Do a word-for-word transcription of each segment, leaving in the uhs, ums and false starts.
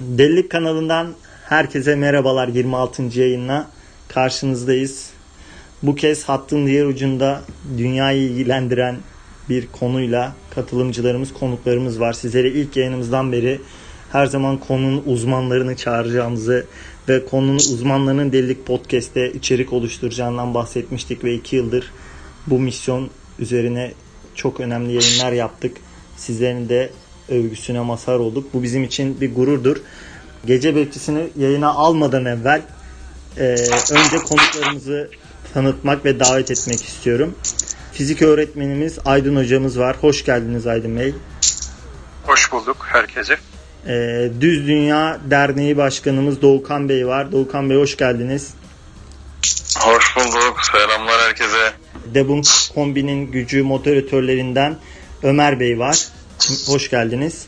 Delilik kanalından herkese merhabalar. yirmi altıncı yayınla karşınızdayız. Bu kez hattın diğer ucunda dünyayı ilgilendiren bir konuyla katılımcılarımız, konuklarımız var. Sizlere ilk yayınımızdan beri her zaman konunun uzmanlarını çağıracağımızı ve konunun uzmanlarının Delilik Podcast'te içerik oluşturacağından bahsetmiştik ve iki yıldır bu misyon üzerine çok önemli yayınlar yaptık. Sizlerin de övgüsüne mazhar olduk. Bu bizim için bir gururdur. Gece bekçisini yayına almadan evvel e, önce konuklarımızı tanıtmak ve davet etmek istiyorum. Fizik öğretmenimiz Aydın hocamız var. Hoş geldiniz Aydın Bey. Hoş bulduk herkese. E, Düz Dünya Derneği Başkanımız Doğukan Bey var. Doğukan Bey hoş geldiniz. Hoş bulduk. Selamlar herkese. Debunk Kombi'nin gücü moderatörlerinden Ömer Bey var. Hoş geldiniz.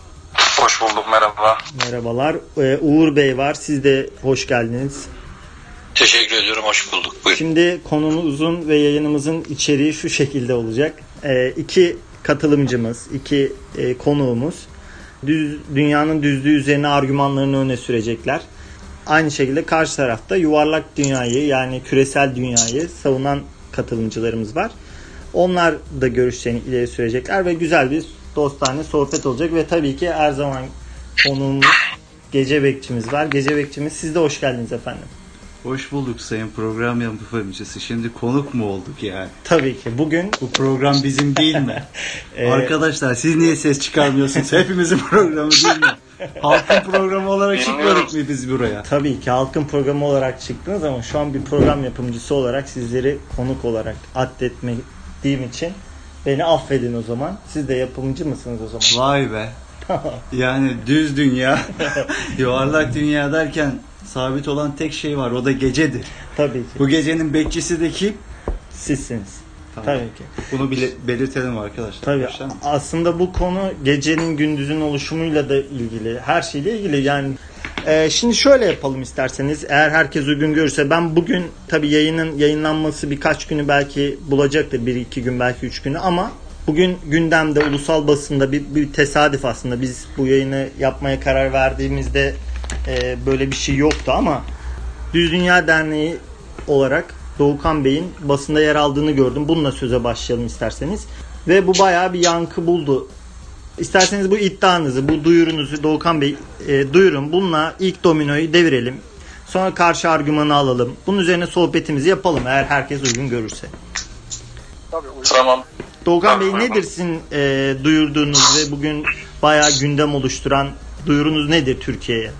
Hoş bulduk, merhaba. Merhabalar. Ee, Uğur Bey var. Siz de hoş geldiniz. Teşekkür ediyorum. Hoş bulduk. Buyurun. Şimdi konumuzun ve yayınımızın içeriği şu şekilde olacak. Ee, iki katılımcımız, iki e, konuğumuz düz, dünyanın düzlüğü üzerine argümanlarını öne sürecekler. Aynı şekilde karşı tarafta yuvarlak dünyayı, yani küresel dünyayı savunan katılımcılarımız var. Onlar da görüşlerini ileri sürecekler ve güzel bir dostane sohbet olacak ve tabii ki her zaman konuğumuz Gece Bekçimiz var. Gece Bekçimiz, siz de hoş geldiniz efendim. Hoş bulduk sayın program yapımcısı. Şimdi konuk mu olduk yani? Tabii ki. Bugün bu program bizim değil mi? ee... Arkadaşlar siz niye ses çıkarmıyorsunuz? Hepimizin programı değil mi? Halkın programı olarak çıkmadık mı biz buraya? Tabii ki halkın programı olarak çıktınız ama şu an bir program yapımcısı olarak sizleri konuk olarak addetmediğim için beni affedin o zaman. Siz de yapımcı mısınız o zaman? Vay be. Yani düz dünya, yuvarlak dünya derken sabit olan tek şey var. O da gecedir. Tabii ki. Bu gecenin bekçisi de kim? Sizsiniz. Tamam. Tabii ki. Bunu bile belirtelim arkadaşlar. Tabii. Aslında bu konu gecenin gündüzün oluşumuyla da ilgili. Her şeyle ilgili. Yani e, şimdi şöyle yapalım isterseniz. Eğer herkes uygun görürse, ben bugün tabii yayının yayınlanması birkaç günü belki bulacaktır. Bir iki gün, belki üç günü, ama bugün gündemde, ulusal basında bir, bir tesadüf aslında. Biz bu yayını yapmaya karar verdiğimizde e, böyle bir şey yoktu ama Düz Dünya Derneği olarak Doğukan Bey'in basında yer aldığını gördüm. Bununla söze başlayalım isterseniz. Ve bu bayağı bir yankı buldu. İsterseniz bu iddianızı, bu duyurunuzu Doğukan Bey e, duyurun. Bununla ilk dominoyu devirelim. Sonra karşı argümanı alalım. Bunun üzerine sohbetimizi yapalım eğer herkes uygun görürse. Tabii, uygun. Tamam. Doğukan Bey, nedir sizin e, duyurduğunuz ve bugün bayağı gündem oluşturan duyurunuz nedir Türkiye'ye?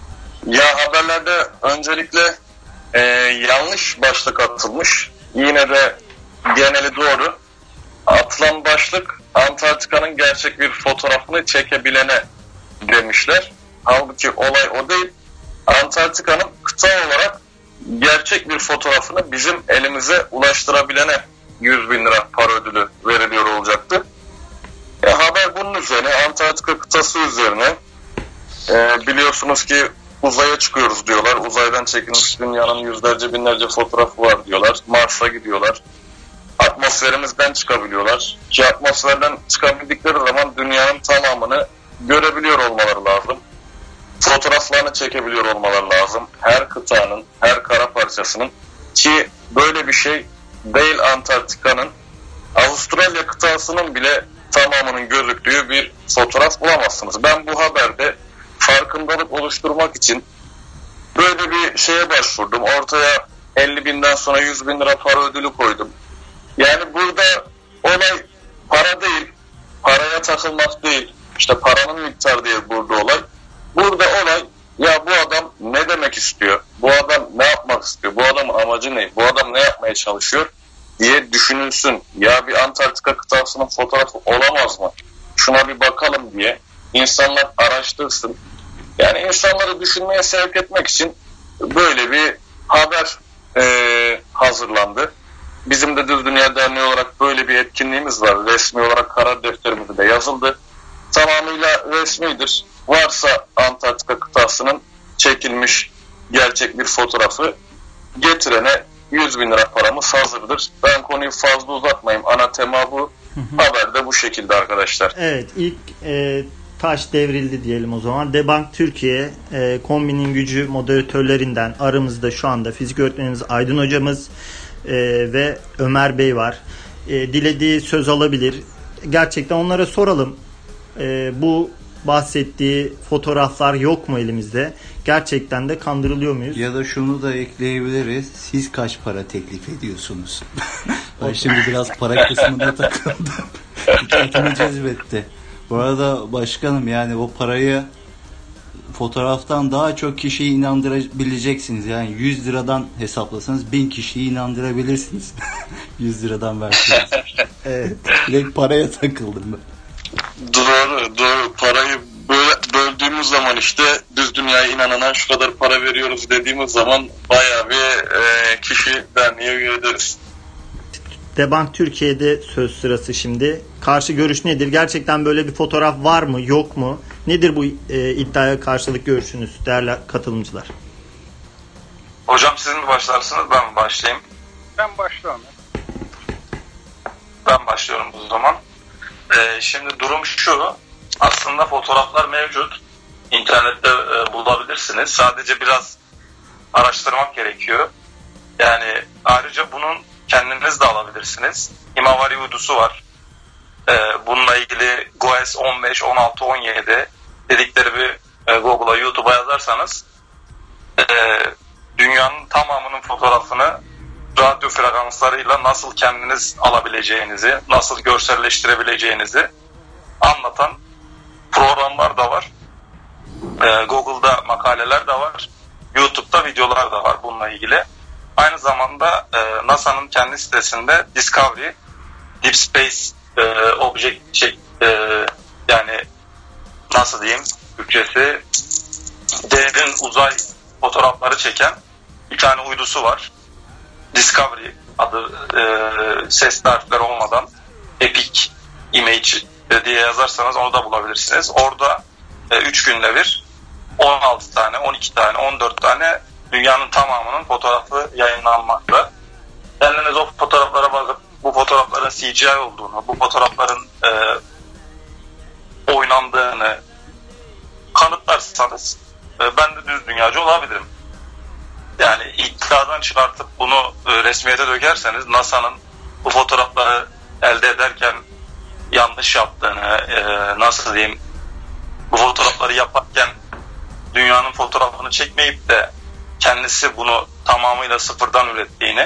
Ya haberlerde öncelikle e, yanlış başlık atılmış. Yine de geneli doğru. Atılan başlık Antarktika'nın gerçek bir fotoğrafını çekebilene demişler. Halbuki olay o değil. Antarktika'nın kıta olarak gerçek bir fotoğrafını bizim elimize ulaştırabilene yüz bin lira para ödülü veriliyor olacaktı. E, haber bunun üzerine, Antarktika kıtası üzerine. E, biliyorsunuz ki uzaya çıkıyoruz diyorlar. Uzaydan çekilmiş dünyanın yüzlerce binlerce fotoğrafı var diyorlar. Mars'a gidiyorlar. Atmosferimizden çıkabiliyorlar. Ki atmosferden çıkabildikleri zaman dünyanın tamamını görebiliyor olmaları lazım. Fotoğraflarını çekebiliyor olmaları lazım. Her kıtanın, her kara parçasının. Ki böyle bir şey değil Antarktika'nın. Avustralya kıtasının bile tamamının gözüktüğü bir fotoğraf bulamazsınız. Ben bu haberde farkındalık oluşturmak için böyle bir şeye başvurdum. Ortaya elli binden sonra yüz bin lira para ödülü koydum. Yani burada olay para değil, paraya takılmak değil. İşte paranın miktarı değil burada olay. Burada olay, ya bu adam ne demek istiyor? Bu adam ne yapmak istiyor? Bu adamın amacı ne? Bu adam ne yapmaya çalışıyor diye düşünülsün. Ya bir Antarktika kıtasının fotoğrafı olamaz mı? Şuna bir bakalım diye insanlar araştırsın. Yani insanları düşünmeye sevk etmek için böyle bir haber e, hazırlandı. Bizim de Düz Dünya Derneği olarak böyle bir etkinliğimiz var. Resmi olarak karar defterimizde de yazıldı. Tamamıyla resmidir. Varsa Antarktika kıtasının çekilmiş gerçek bir fotoğrafı, getirene yüz bin lira paramız hazırdır. Ben konuyu fazla uzatmayayım. Ana tema bu. Haber de bu şekilde arkadaşlar. Evet, ilk e, taş devrildi diyelim o zaman. Debunk Türkiye e, Kombinin Gücü moderatörlerinden aramızda şu anda fizik öğretmenimiz Aydın hocamız e, ve Ömer Bey var. E, dilediği söz alabilir. Gerçekten onlara soralım. E, bu bahsettiği fotoğraflar yok mu elimizde? Gerçekten de kandırılıyor muyuz? Ya da şunu da ekleyebiliriz. Siz kaç para teklif ediyorsunuz? Ben şimdi biraz para kısmına takıldım. Dikkatimi cezbetti. Bu arada başkanım, yani o parayı fotoğraftan daha çok kişiyi inandırabileceksiniz. Yani yüz liradan hesaplasanız bin kişiyi inandırabilirsiniz. yüz liradan verseniz. Evet. Direkt paraya takıldım ben. Doğru, doğru. Parayı böyle böldüğümüz zaman işte düz dünyaya inanana şu kadar para veriyoruz dediğimiz zaman bayağı bir e, kişi derneğe üye ederiz. Debunk Türkiye'de söz sırası şimdi. Karşı görüş nedir? Gerçekten böyle bir fotoğraf var mı, yok mu? Nedir bu e, iddiaya karşılık görüşünüz değerli katılımcılar? Hocam siz mi başlarsınız, ben mi başlayayım? Ben başlıyorum. Ben başlıyorum o zaman. Ee, şimdi durum şu. Aslında fotoğraflar mevcut. İnternette e, bulabilirsiniz. Sadece biraz araştırmak gerekiyor. Yani ayrıca bunun kendiniz de alabilirsiniz. Himawari uydusu var. Ee, bununla ilgili G O E S on beş, on altı, on yedi dedikleri bir e, Google'a, YouTube'a yazarsanız e, dünyanın tamamının fotoğrafını radyo frekanslarıyla nasıl kendiniz alabileceğinizi, nasıl görselleştirebileceğinizi anlatan programlar da var. Ee, Google'da makaleler de var. YouTube'da videolar da var bununla ilgili. Aynı zamanda e, NASA'nın kendi sitesinde Discovery, Deep Space e, Object şey, e, yani nasıl diyeyim Türkçesi, derin uzay fotoğrafları çeken bir tane uydusu var. Discovery adı, e, sesli harfler olmadan Epic Image diye yazarsanız onu da bulabilirsiniz. Orada üç e, günde bir on altı tane, on iki tane, on dört tane dünyanın tamamının fotoğrafı yayınlanmakta. Kendiniz o fotoğraflara bakıp bu fotoğrafların C G I olduğunu, bu fotoğrafların e, oynandığını kanıtlarsanız e, ben de düz dünyacı olabilirim. Yani iddiadan çıkartıp bunu e, resmiyete dökerseniz NASA'nın bu fotoğrafları elde ederken yanlış yaptığını, e, nasıl diyeyim, bu fotoğrafları yaparken dünyanın fotoğrafını çekmeyip de kendisi bunu tamamıyla sıfırdan ürettiğini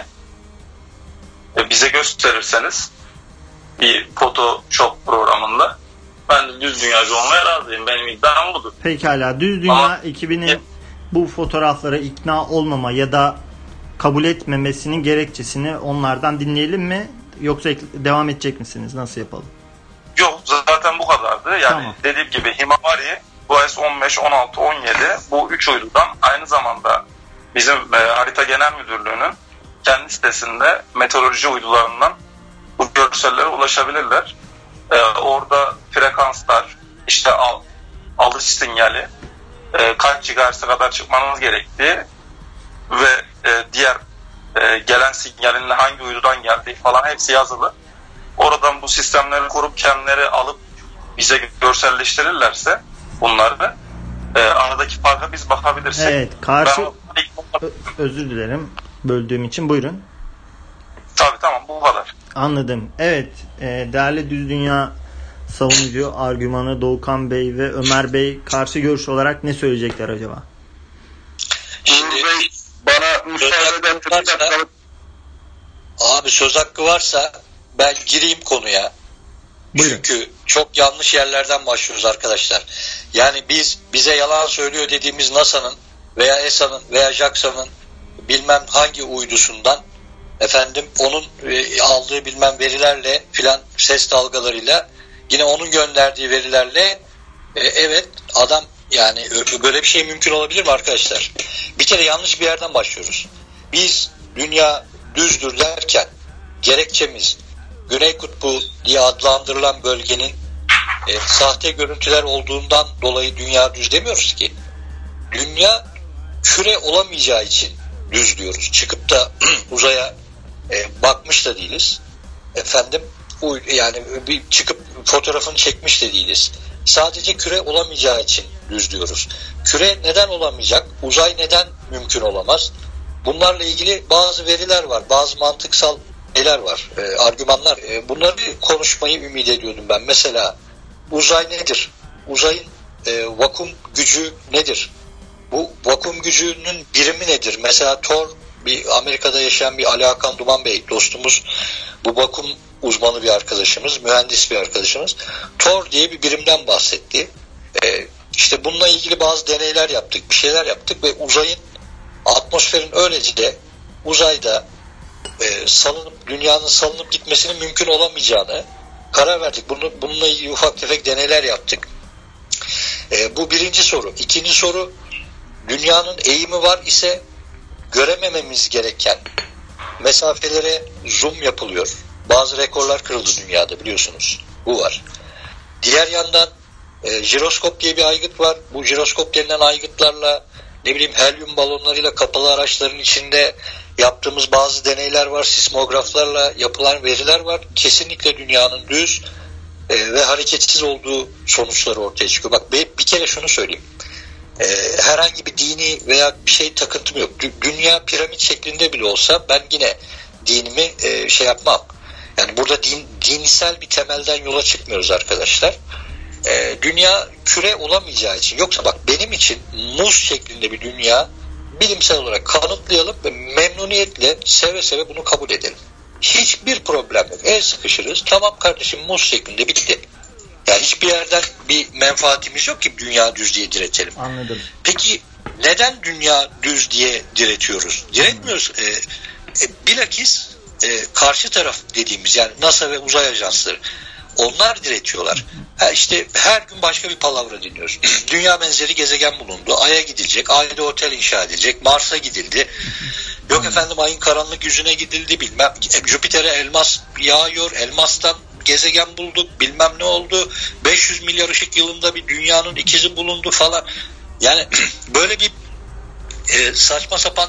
e, bize gösterirseniz bir Photoshop programında ben de düz dünyacı olmaya razıyım. Benim iddiam budur. Pekala. Düz Dünya Ama, ekibinin e, bu fotoğraflara ikna olmama ya da kabul etmemesinin gerekçesini onlardan dinleyelim mi? Yoksa devam edecek misiniz? Nasıl yapalım? Yok, zaten bu kadardı. Yani tamam. Dediğim gibi Himawari, G O E S on beş, on altı, on yedi bu üç uydudan aynı zamanda bizim e, Harita Genel Müdürlüğü'nün kendi sitesinde meteoroloji uydularından bu görsellere ulaşabilirler. E, orada frekanslar, işte al, alış sinyali, e, kaç gigahertz'e kadar çıkmanız gerektiği ve e, diğer e, gelen sinyalin hangi uydudan geldiği falan hepsi yazılı. Oradan bu sistemleri kurup kendileri alıp bize görselleştirirlerse bunları e, aradaki farka biz bakabilirsek. Evet, karşı ben... özür dilerim böldüğüm için, buyurun. Tabii, tamam, bu kadar. Anladım. Evet, e, değerli Düz Dünya savunucu argümanı Doğukan Bey ve Ömer Bey karşı görüş olarak ne söyleyecekler acaba? Şimdi Bey, bana müsaade eden varsa, abi söz hakkı varsa ben gireyim konuya. Buyurun. Çünkü çok yanlış yerlerden başlıyoruz arkadaşlar. Yani biz bize yalan söylüyor dediğimiz NASA'nın veya E S A'nın veya JAXA'nın bilmem hangi uydusundan efendim onun e, aldığı bilmem verilerle filan, ses dalgalarıyla, yine onun gönderdiği verilerle e, evet adam, yani böyle bir şey mümkün olabilir mi arkadaşlar? Bir kere yanlış bir yerden başlıyoruz. Biz dünya düzdür derken gerekçemiz Güney Kutbu diye adlandırılan bölgenin e, sahte görüntüler olduğundan dolayı dünya düz demiyoruz ki. Dünya küre olamayacağı için düz diyoruz. Çıkıp da uzaya e, bakmış da değiliz. Efendim yani bir çıkıp fotoğrafını çekmiş de değiliz. sadece küre olamayacağı için düz diyoruz. Küre neden olamayacak? Uzay neden mümkün olamaz? Bunlarla ilgili bazı veriler var, bazı mantıksal şeyler var, e, argümanlar. E, bunları konuşmayı ümit ediyordum ben. Mesela uzay nedir? Uzayın e, vakum gücü nedir? Bu vakum gücünün birimi nedir? Mesela Thor, bir Amerika'da yaşayan bir Ali Hakan Duman Bey dostumuz, bu vakum uzmanı bir arkadaşımız, mühendis bir arkadaşımız. Thor diye bir birimden bahsetti. E, işte bununla ilgili bazı deneyler yaptık, bir şeyler yaptık ve uzayın, atmosferin öylece de uzayda e, salınıp, dünyanın salınıp gitmesinin mümkün olamayacağını karar verdik. Bunu, bununla ilgili ufak tefek deneyler yaptık. E, bu birinci soru. İkinci soru, dünyanın eğimi var ise göremememiz gereken mesafelere zoom yapılıyor. Bazı rekorlar kırıldı dünyada, biliyorsunuz. Bu var. Diğer yandan e, jiroskop diye bir aygıt var. Bu jiroskop denilen aygıtlarla, ne bileyim, helyum balonlarıyla kapalı araçların içinde yaptığımız bazı deneyler var. Sismograflarla yapılan veriler var. Kesinlikle dünyanın düz e, ve hareketsiz olduğu sonuçları ortaya çıkıyor. Bak, bir kere şunu söyleyeyim. E, herhangi bir dini veya bir şey takıntım yok. Dü- dünya piramit şeklinde bile olsa ben yine dinimi e, şey yapmam. Yani burada din, dinsel bir temelden yola çıkmıyoruz arkadaşlar. E, dünya küre olamayacağı için, yoksa bak, benim için muz şeklinde bir dünya bilimsel olarak kanıtlayalım ve memnuniyetle, seve seve bunu kabul edelim. Hiçbir problem yok. El sıkışırız. Tamam kardeşim, muz şeklinde, bitti. Yani hiçbir yerden bir menfaatimiz yok ki dünya düz diye diretelim. Anladım. Peki neden dünya düz diye diretiyoruz? Diretmiyoruz. E, e, bilakis e, karşı taraf dediğimiz, yani NASA ve uzay ajansları, onlar diretiyorlar. Ha işte her gün başka bir palavra dinliyoruz. Dünya benzeri gezegen bulundu. Ay'a gidilecek. Ay'da otel inşa edilecek. Mars'a gidildi. Yok efendim, Ay'ın karanlık yüzüne gidildi, bilmem. Jüpiter'e elmas yağıyor. Elmastan gezegen bulduk. Bilmem ne oldu. beş yüz milyar ışık yılında bir dünyanın ikizi bulundu falan. Yani böyle bir e, saçma sapan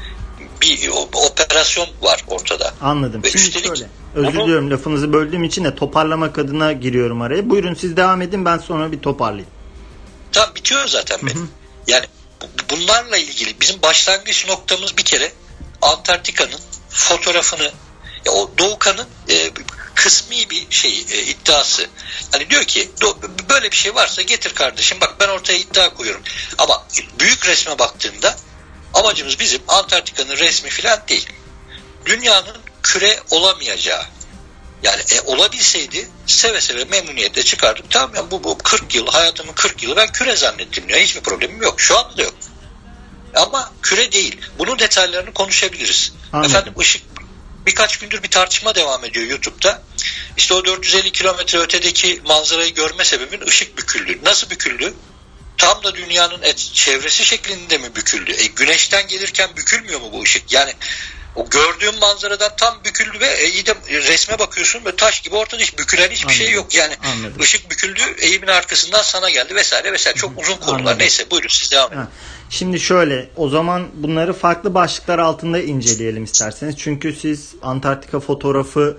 bir operasyon var ortada. Anladım. Ve Şimdi üstelik şöyle, özür onu, diliyorum lafınızı böldüğüm için de, toparlamak adına giriyorum araya. Buyurun siz devam edin, ben sonra bir toparlayayım. tam bitiyor zaten benim. Hı hı. Yani bunlarla ilgili bizim başlangıç noktamız bir kere Antarktika'nın fotoğrafını, ya o Doğukan'ın e, kısmi bir şey e, iddiası. Yani diyor ki böyle bir şey varsa getir kardeşim, bak ben ortaya iddia koyuyorum. Ama büyük resme baktığımda amacımız bizim Antarktika'nın resmi falan değil. Dünyanın küre olamayacağı. Yani e, olabilseydi seve seve memnuniyetle çıkardık. Tamam ya, bu, bu kırk yıl, hayatımın kırk yılı ben küre zannettim ya. Hiçbir problemim yok. Şu anda da yok. Ama küre değil. Bunun detaylarını konuşabiliriz. Anladım. Efendim, ışık, birkaç gündür bir tartışma devam ediyor YouTube'da. İşte o dört yüz elli kilometre ötedeki manzarayı görme sebebin ışık büküldü. Nasıl büküldü? Tam da dünyanın et, çevresi şeklinde mi büküldü? E, güneşten gelirken bükülmüyor mu bu ışık? Yani o gördüğün manzaradan tam büküldü ve e, iyi de resme bakıyorsun ve taş gibi ortada, hiç bükülen hiçbir Anladım. şey yok. Yani Anladım. ışık büküldü, eğimin arkasından sana geldi vesaire vesaire. Çok uzun konular. Anladım. Neyse, buyurun siz devam edin. Ha. Şimdi şöyle, o zaman bunları farklı başlıklar altında inceleyelim isterseniz. Çünkü siz Antarktika fotoğrafı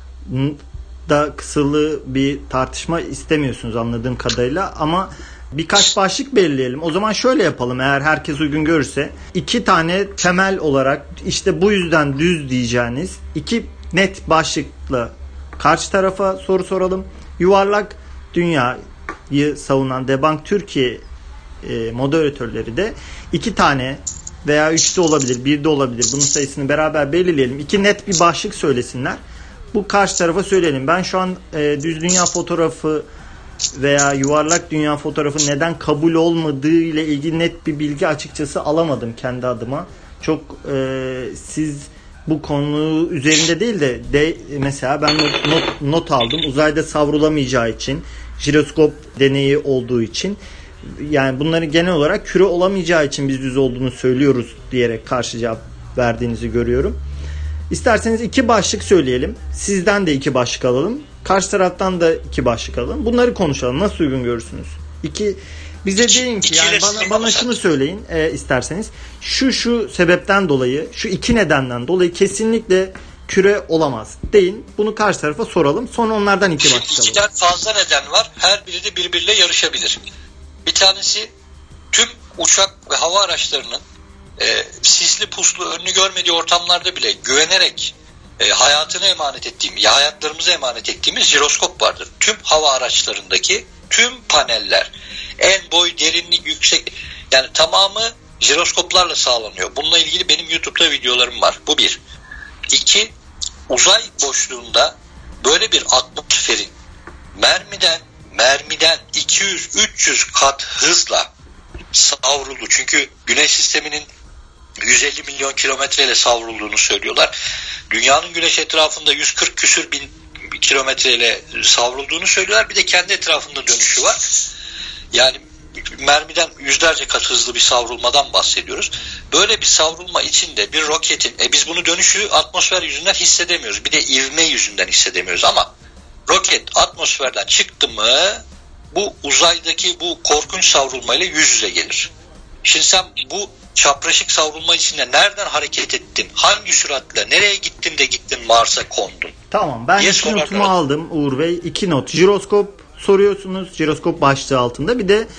da kısılı bir tartışma istemiyorsunuz anladığım kadarıyla, ama birkaç başlık belirleyelim. O zaman şöyle yapalım, eğer herkes uygun görürse. İki tane temel olarak, işte bu yüzden düz diyeceğiniz iki net başlıkla karşı tarafa soru soralım. Yuvarlak dünyayı savunan Debunk Türkiye e, moderatörleri de iki tane veya üç de olabilir, bir de olabilir. Bunun sayısını beraber belirleyelim. İki net bir başlık söylesinler. Bu karşı tarafa söyleyelim. Ben şu an e, düz dünya fotoğrafı veya yuvarlak dünya fotoğrafı neden kabul olmadığı ile ilgili net bir bilgi açıkçası alamadım kendi adıma. Çok e, siz bu konu üzerinde değil de, de mesela ben not, not, not aldım. Uzayda savrulamayacağı için, jiroskop deneyi olduğu için, yani bunları genel olarak küre olamayacağı için biz düz olduğunu söylüyoruz diyerek karşı cevap verdiğinizi görüyorum. İsterseniz iki başlık söyleyelim. Sizden de iki başlık alalım. Karşı taraftan da iki başlık alalım. Bunları konuşalım. Nasıl uygun görürsünüz? İki, bize deyin ki, yani bana, bana şunu söyleyin e, isterseniz. Şu şu sebepten dolayı, şu iki nedenden dolayı kesinlikle küre olamaz deyin. Bunu karşı tarafa soralım. Sonra onlardan iki Şimdi başlayalım. ikiden fazla neden var. Her biri de birbiriyle yarışabilir. Bir tanesi tüm uçak ve hava araçlarının e, sisli puslu önünü görmediği ortamlarda bile güvenerek e, hayatını emanet ettiğimiz, ya hayatlarımızı emanet ettiğimiz jiroskop vardır. Tüm hava araçlarındaki tüm paneller en boy, derinlik, yüksek, yani tamamı jiroskoplarla sağlanıyor. Bununla ilgili benim YouTube'da videolarım var. Bu bir. İki, uzay boşluğunda böyle bir atmosferin mermiden mermiden iki yüz üç yüz kat hızla savruldu. Çünkü Güneş sisteminin yüz elli milyon kilometreyle savrulduğunu söylüyorlar. Dünyanın Güneş etrafında yüz kırk küsür bin kilometreyle savrulduğunu söylüyorlar. Bir de kendi etrafında dönüşü var. Yani mermiden yüzlerce kat hızlı bir savrulmadan bahsediyoruz. Böyle bir savrulma içinde bir roketin, e biz bunu dönüşü atmosfer yüzünden hissedemiyoruz. Bir de ivme yüzünden hissedemiyoruz ama roket atmosferden çıktı mı bu uzaydaki bu korkunç savrulmayla yüz yüze gelir. Şimdi sen bu çapraşık savrulma içinde nereden hareket ettin? Hangi süratle? Nereye gittin de gittin Mars'a kondun? Tamam, ben Yes, iki notumu aldım Uğur Bey. İki not. Jiroskop soruyorsunuz. Jiroskop başlığı altında. Bir de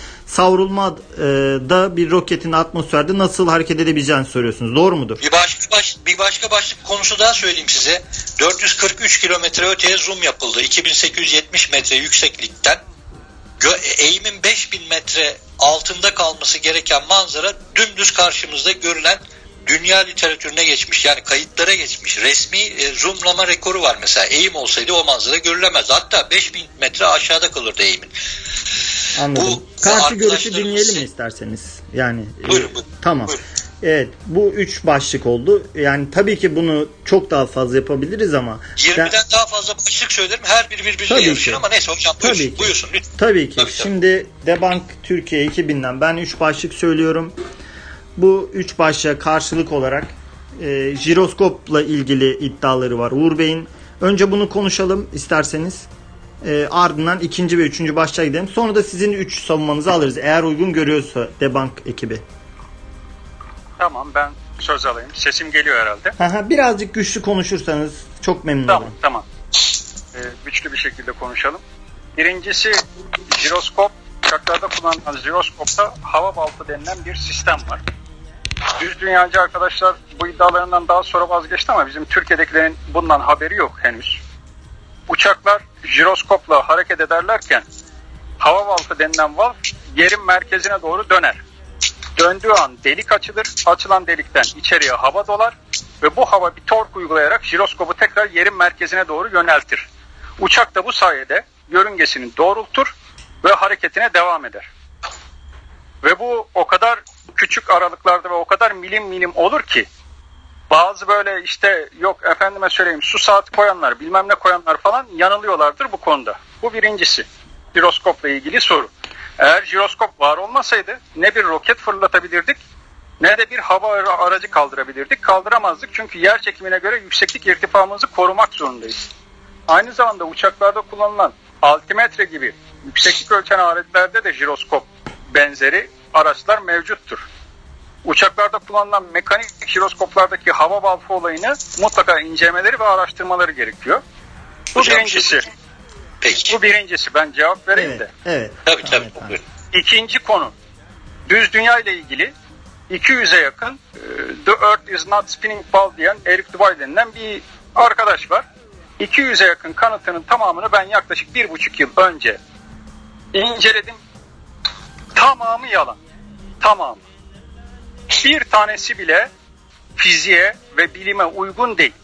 savrulmada bir roketin atmosferde nasıl hareket edebileceğini soruyorsunuz. Doğru mudur? Bir başka baş, bir başka başlık konusu daha söyleyeyim size. dört yüz kırk üç kilometre öteye zoom yapıldı. iki bin sekiz yüz yetmiş metre yükseklikten. Gö- eğimin beş bin metre altında kalması gereken manzara dümdüz karşımızda görülen dünya literatürüne geçmiş. Yani kayıtlara geçmiş. Resmi e, zoomlama rekoru var mesela. Eğim olsaydı o manzara görülemez. Hatta beş bin metre aşağıda kalırdı eğimin. Anladım. Bu, Karşı görüşü arkadaşlarımız- dinleyelim mi isterseniz? Yani e, Buyurun, buyurun. tamam. Buyurun. Evet, bu üç başlık oldu. Yani tabii ki bunu çok daha fazla yapabiliriz ama yirmiden ben, daha fazla başlık söylerim. Her biri birbiriyle Tabii yarışır ki. ama neyse hocam buyursun. Tabii ki. Buyursun lütfen. tabii ki. Tabii, tabii. Şimdi Debunk Türkiye iki binden ben üç başlık söylüyorum. Bu üç başlığa karşılık olarak e, jiroskopla ilgili iddiaları var Uğur Bey'in. Önce bunu konuşalım isterseniz. E, ardından ikinci ve üçüncü başlığa gidelim. Sonra da sizin üç savunmanızı alırız. Eğer uygun görüyorsa Debunk ekibi. Tamam, ben söz alayım. Sesim geliyor herhalde. Aha, birazcık güçlü konuşursanız çok memnun Tamam, olurum. tamam. Ee, güçlü bir şekilde konuşalım. Birincisi, jiroskop. Uçaklarda kullanılan jiroskopta hava baltı denilen bir sistem var. Düz dünyacı arkadaşlar bu iddialarından daha sonra vazgeçti ama bizim Türkiye'dekilerin bundan haberi yok henüz. Uçaklar jiroskopla hareket ederlerken hava baltı denilen valv yerin merkezine doğru döner. Döndüğü an delik açılır. Açılan delikten içeriye hava dolar ve bu hava bir tork uygulayarak jiroskopu tekrar yerin merkezine doğru yöneltir. Uçak da bu sayede yörüngesini doğrultur ve hareketine devam eder. Ve bu o kadar küçük aralıklarda ve o kadar milim milim olur ki bazı böyle işte yok efendime söyleyeyim su saati koyanlar bilmem ne koyanlar falan yanılıyorlardır bu konuda. Bu birincisi. Jiroskopla ilgili soru. Eğer jiroskop var olmasaydı ne bir roket fırlatabilirdik ne de bir hava aracı kaldırabilirdik. Kaldıramazdık çünkü yer çekimine göre yükseklik irtifamızı korumak zorundayız. Aynı zamanda uçaklarda kullanılan altimetre gibi yükseklik ölçen aletlerde de jiroskop benzeri araçlar mevcuttur. Uçaklarda kullanılan mekanik jiroskoplardaki hava balfı olayını mutlaka incelemeleri ve araştırmaları gerekiyor. Bu Hocam, birincisi. Peki. Bu birincisi. Ben cevap vereyim Evet, de. evet. Tabii tabii. Evet, evet. Buyurun. İkinci konu. Düz dünya ile ilgili iki yüze yakın The Earth is not spinning ball diyen Eric Dubay denilen bir arkadaş var. iki yüze yakın kanıtının tamamını ben yaklaşık bir buçuk yıl önce inceledim. Tamamı yalan. Tamamı. Bir tanesi bile fiziğe ve bilime uygun değil.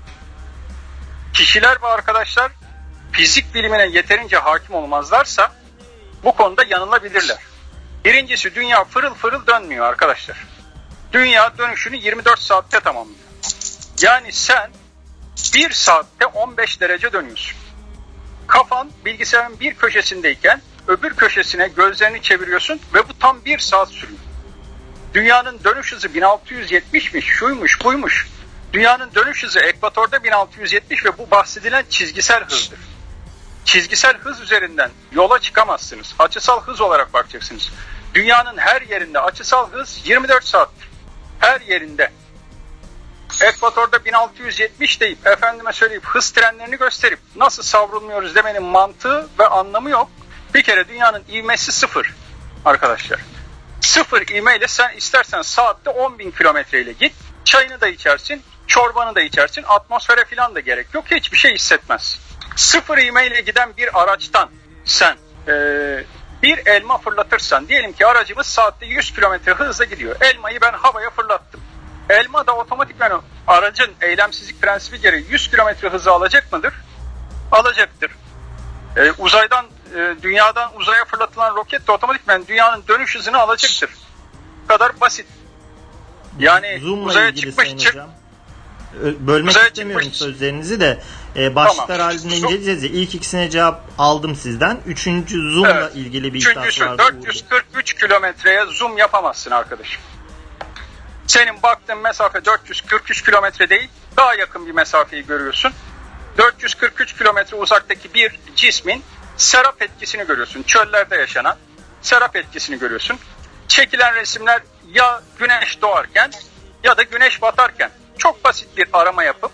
Kişiler ve arkadaşlar fizik bilimine yeterince hakim olmazlarsa bu konuda yanılabilirler. Birincisi dünya fırıl fırıl dönmüyor arkadaşlar. Dünya dönüşünü yirmi dört saatte tamamlıyor. Yani sen bir saatte on beş derece dönüyorsun. Kafan bilgisayarın bir köşesindeyken öbür köşesine gözlerini çeviriyorsun ve bu tam bir saat sürüyor. Dünyanın dönüş hızı bin altı yüz yetmişmiş, şuymuş, buymuş. Dünyanın dönüş hızı ekvatorda bin altı yüz yetmiş ve bu bahsedilen çizgisel hızdır. Çizgisel hız üzerinden yola çıkamazsınız. Açısal hız olarak bakacaksınız. Dünyanın her yerinde açısal hız yirmi dört saattir. Her yerinde. ekvatorda bin altı yüz yetmiş deyip efendime söyleyip hız trenlerini gösterip nasıl savrulmuyoruz demenin mantığı ve anlamı yok. Bir kere dünyanın ivmesi sıfır arkadaşlar. Sıfır ivmeyle sen istersen saatte on bin kilometreyle git. Çayını da içersin, çorbanı da içersin. Atmosfere falan da gerek yok. Hiçbir şey hissetmez. Sıfır ivmeyle giden bir araçtan sen e, bir elma fırlatırsan, diyelim ki aracımız saatte yüz kilometre hızla gidiyor. Elmayı ben havaya fırlattım. Elma da otomatikman aracın eylemsizlik prensibi gereği yüz kilometre hızı alacak mıdır? Alacaktır. Ee, uzaydan, e, dünyadan uzaya fırlatılan roket de otomatikman dünyanın dönüş hızını alacaktır. Bu kadar basit. Yani Zoom'la uzaya ilgili çıkmış Sayın çık. Hocam. Bölmek Uzaya istemiyorum çıkmış. sözlerinizi de e, başlıklar Tamam. halinde inceleyeceğiz ya. İlk ikisine cevap aldım sizden. Üçüncü Zoom'la Evet. ilgili bir iddiası Üçüncüsü vardı. dört yüz kırk üç kilometreye zoom yapamazsın arkadaşım. Senin baktığın mesafe dört yüz kırk üç kilometre değil, daha yakın bir mesafeyi görüyorsun. dört yüz kırk üç kilometre uzaktaki bir cismin serap etkisini görüyorsun. Çöllerde yaşanan serap etkisini görüyorsun. Çekilen resimler ya güneş doğarken ya da güneş batarken. Çok basit bir arama yapıp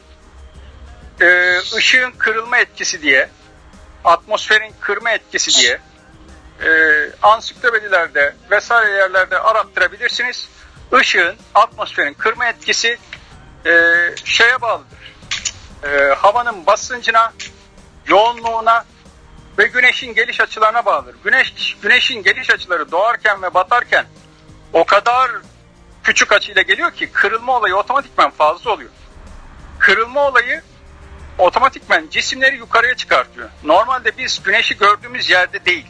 e, ışığın kırılma etkisi diye, atmosferin kırma etkisi diye e, ansiklopedilerde vesaire yerlerde arattırabilirsiniz. Işığın, atmosferin kırma etkisi e, şeye bağlıdır. E, havanın basıncına, yoğunluğuna ve güneşin geliş açılarına bağlıdır. Güneş, güneşin geliş açıları doğarken ve batarken o kadar küçük açıyla geliyor ki kırılma olayı otomatikman fazla oluyor. Kırılma olayı otomatikman cisimleri yukarıya çıkartıyor. Normalde biz güneşi gördüğümüz yerde değil.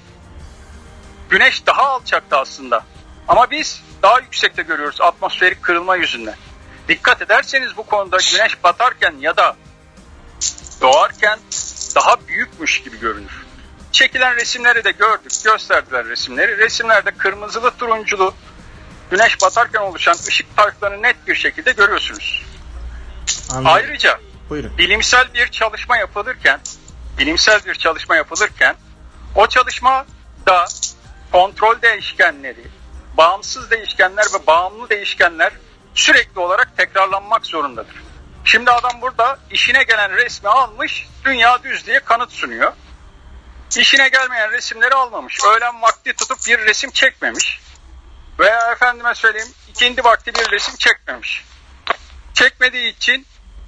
Güneş daha alçakta aslında. Ama biz daha yüksekte görüyoruz atmosferik kırılma yüzünden. Dikkat ederseniz bu konuda güneş batarken ya da doğarken daha büyükmüş gibi görünür. Çekilen resimleri de gördük, gösterdiler resimleri. Resimlerde kırmızılı turunculu güneş batarken oluşan ışık farklarını net bir şekilde görüyorsunuz. Anladım. Ayrıca Buyurun. bilimsel bir çalışma yapılırken, bilimsel bir çalışma yapılırken o çalışmada kontrol değişkenleri, bağımsız değişkenler ve bağımlı değişkenler sürekli olarak tekrarlanmak zorundadır. Şimdi adam burada işine gelen resmi almış, dünya düz diye kanıt sunuyor. İşine gelmeyen resimleri almamış. Öğlen vakti tutup bir resim çekmemiş. Veya efendime söyleyeyim ikindi vakti bir resim çekmemiş. Çekmediği için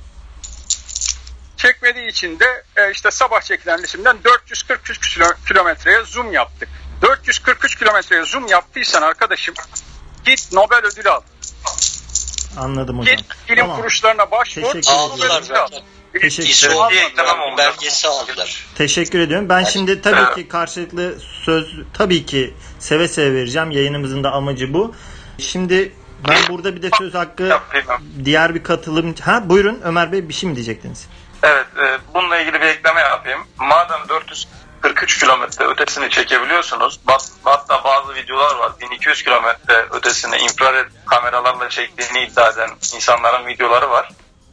çekmediği için de e, işte sabah çekilen resimden dört yüz kırk üç kilometreye zoom yaptık. dört yüz kırk üç kilometreye zoom yaptıysan arkadaşım git Nobel ödülü al. Anladım hocam. Git bilim Tamam. kuruluşlarına başvur. Teşekkür Nobel Aldılar ödülü al. zaten. Teşekkür İso ederim. bir belgesi aldılar. Teşekkür ediyorum. Ben şimdi tabii ki karşılıklı söz tabii ki seve seve vereceğim. Yayınımızın da amacı bu. Şimdi ben burada bir de söz hakkı diğer bir katılım... Ha buyurun Ömer Bey, bir şey mi diyecektiniz? Evet, e, bununla ilgili bir ekleme yapayım. Madem dört yüz kırk üç kilometre ötesini çekebiliyorsunuz, bat, hatta bazı videolar var, bin iki yüz kilometre ötesini infrared kameralarla çektiğini iddia eden insanların videoları var.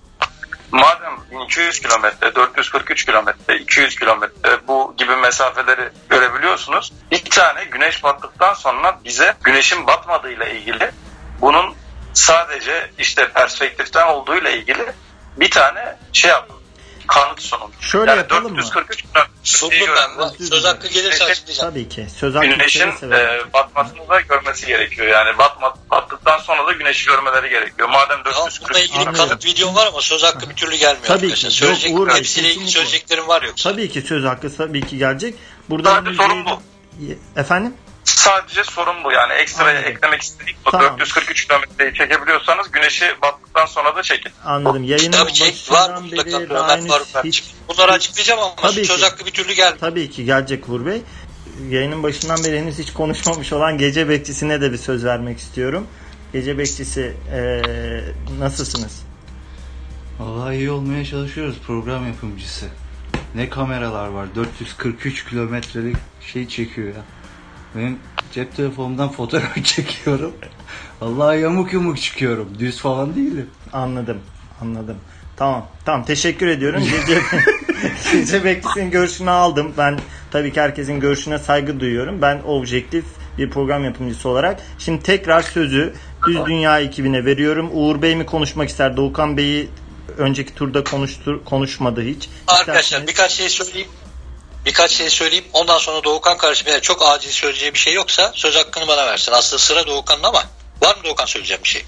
Madem bin iki yüz kilometre, dört yüz kırk üç kilometre, iki yüz kilometre bu gibi mesafeleri görebiliyorsunuz, bir tane güneş battıktan sonra bize güneşin batmadığıyla ilgili, bunun sadece işte perspektiften olduğuyla ilgili bir tane şey yapın, kanıt sunun. Şöyle yani yapalım dört yüz mı? kırk üç kilometre Sundum ben. Özür Söz hakkı gelirse Güneşin- açıklayacağım. Tabii ki. Söz hakkı Güneşin seve seve. e, batmasını da görmesi gerekiyor. Yani batma, battıktan sonra da güneşi görmeleri gerekiyor. Madem Tamam, dört yüz kırk bununla üç ilgili Anladım. kanıt videom var ama söz hakkı bir türlü gelmiyor Tabii arkadaşlar. ki. Söyleyecek, Yok, Uğur Bey, hepsiyle ilgili kesinlikle. söyleyeceklerim var yoksa. Tabii ki söz hakkı tabii ki gelecek. Burada Sadece sorun bu. Efendim? Sadece sorun bu. Yani ekstraya Anladım. eklemek istedik. O Tamam. dört yüz kırk üç kilometreyi çekebiliyorsanız güneşi battıktan sonra da çekin. Anladım. Yayının Tabii çek var başından mutlaka. beri daha Ömer henüz var. Ben hiç... Bunları açıklayacağım ama Tabii söz ki. hakkı bir türlü gelmiyor. Tabii ki gelecek Uğur Bey. Yayının başından beri henüz hiç konuşmamış olan Gece Bekçisi'ne de bir söz vermek istiyorum. Gece Bekçisi ee, nasılsınız? Vallahi iyi olmaya çalışıyoruz, program yapımcısı. Ne kameralar var, dört yüz kırk üç kilometrelik şey çekiyor ya. Benim cep telefonumdan fotoğraf çekiyorum. Vallahi yamuk yumuk çıkıyorum. Düz falan değilim. Anladım. Anladım. Tamam. Tamam. Teşekkür ediyorum. Gece, Gece Bekçisi'nin görüşünü aldım. Ben tabii ki herkesin görüşüne saygı duyuyorum. Ben objektif bir program yapımcısı olarak. Şimdi tekrar sözü Düz Dünya ekibine veriyorum. Uğur Bey mi konuşmak ister? Doğukan Bey'i önceki turda konuştur, konuşmadı hiç. Arkadaşlar İsterseniz... birkaç şey söyleyeyim. Birkaç şey söyleyeyim. Ondan sonra Doğukan kardeşim eğer çok acil söyleyeceği bir şey yoksa söz hakkını bana versin. Aslında sıra Doğukan'ın ama var mı Doğukan söyleyeceğim bir şey?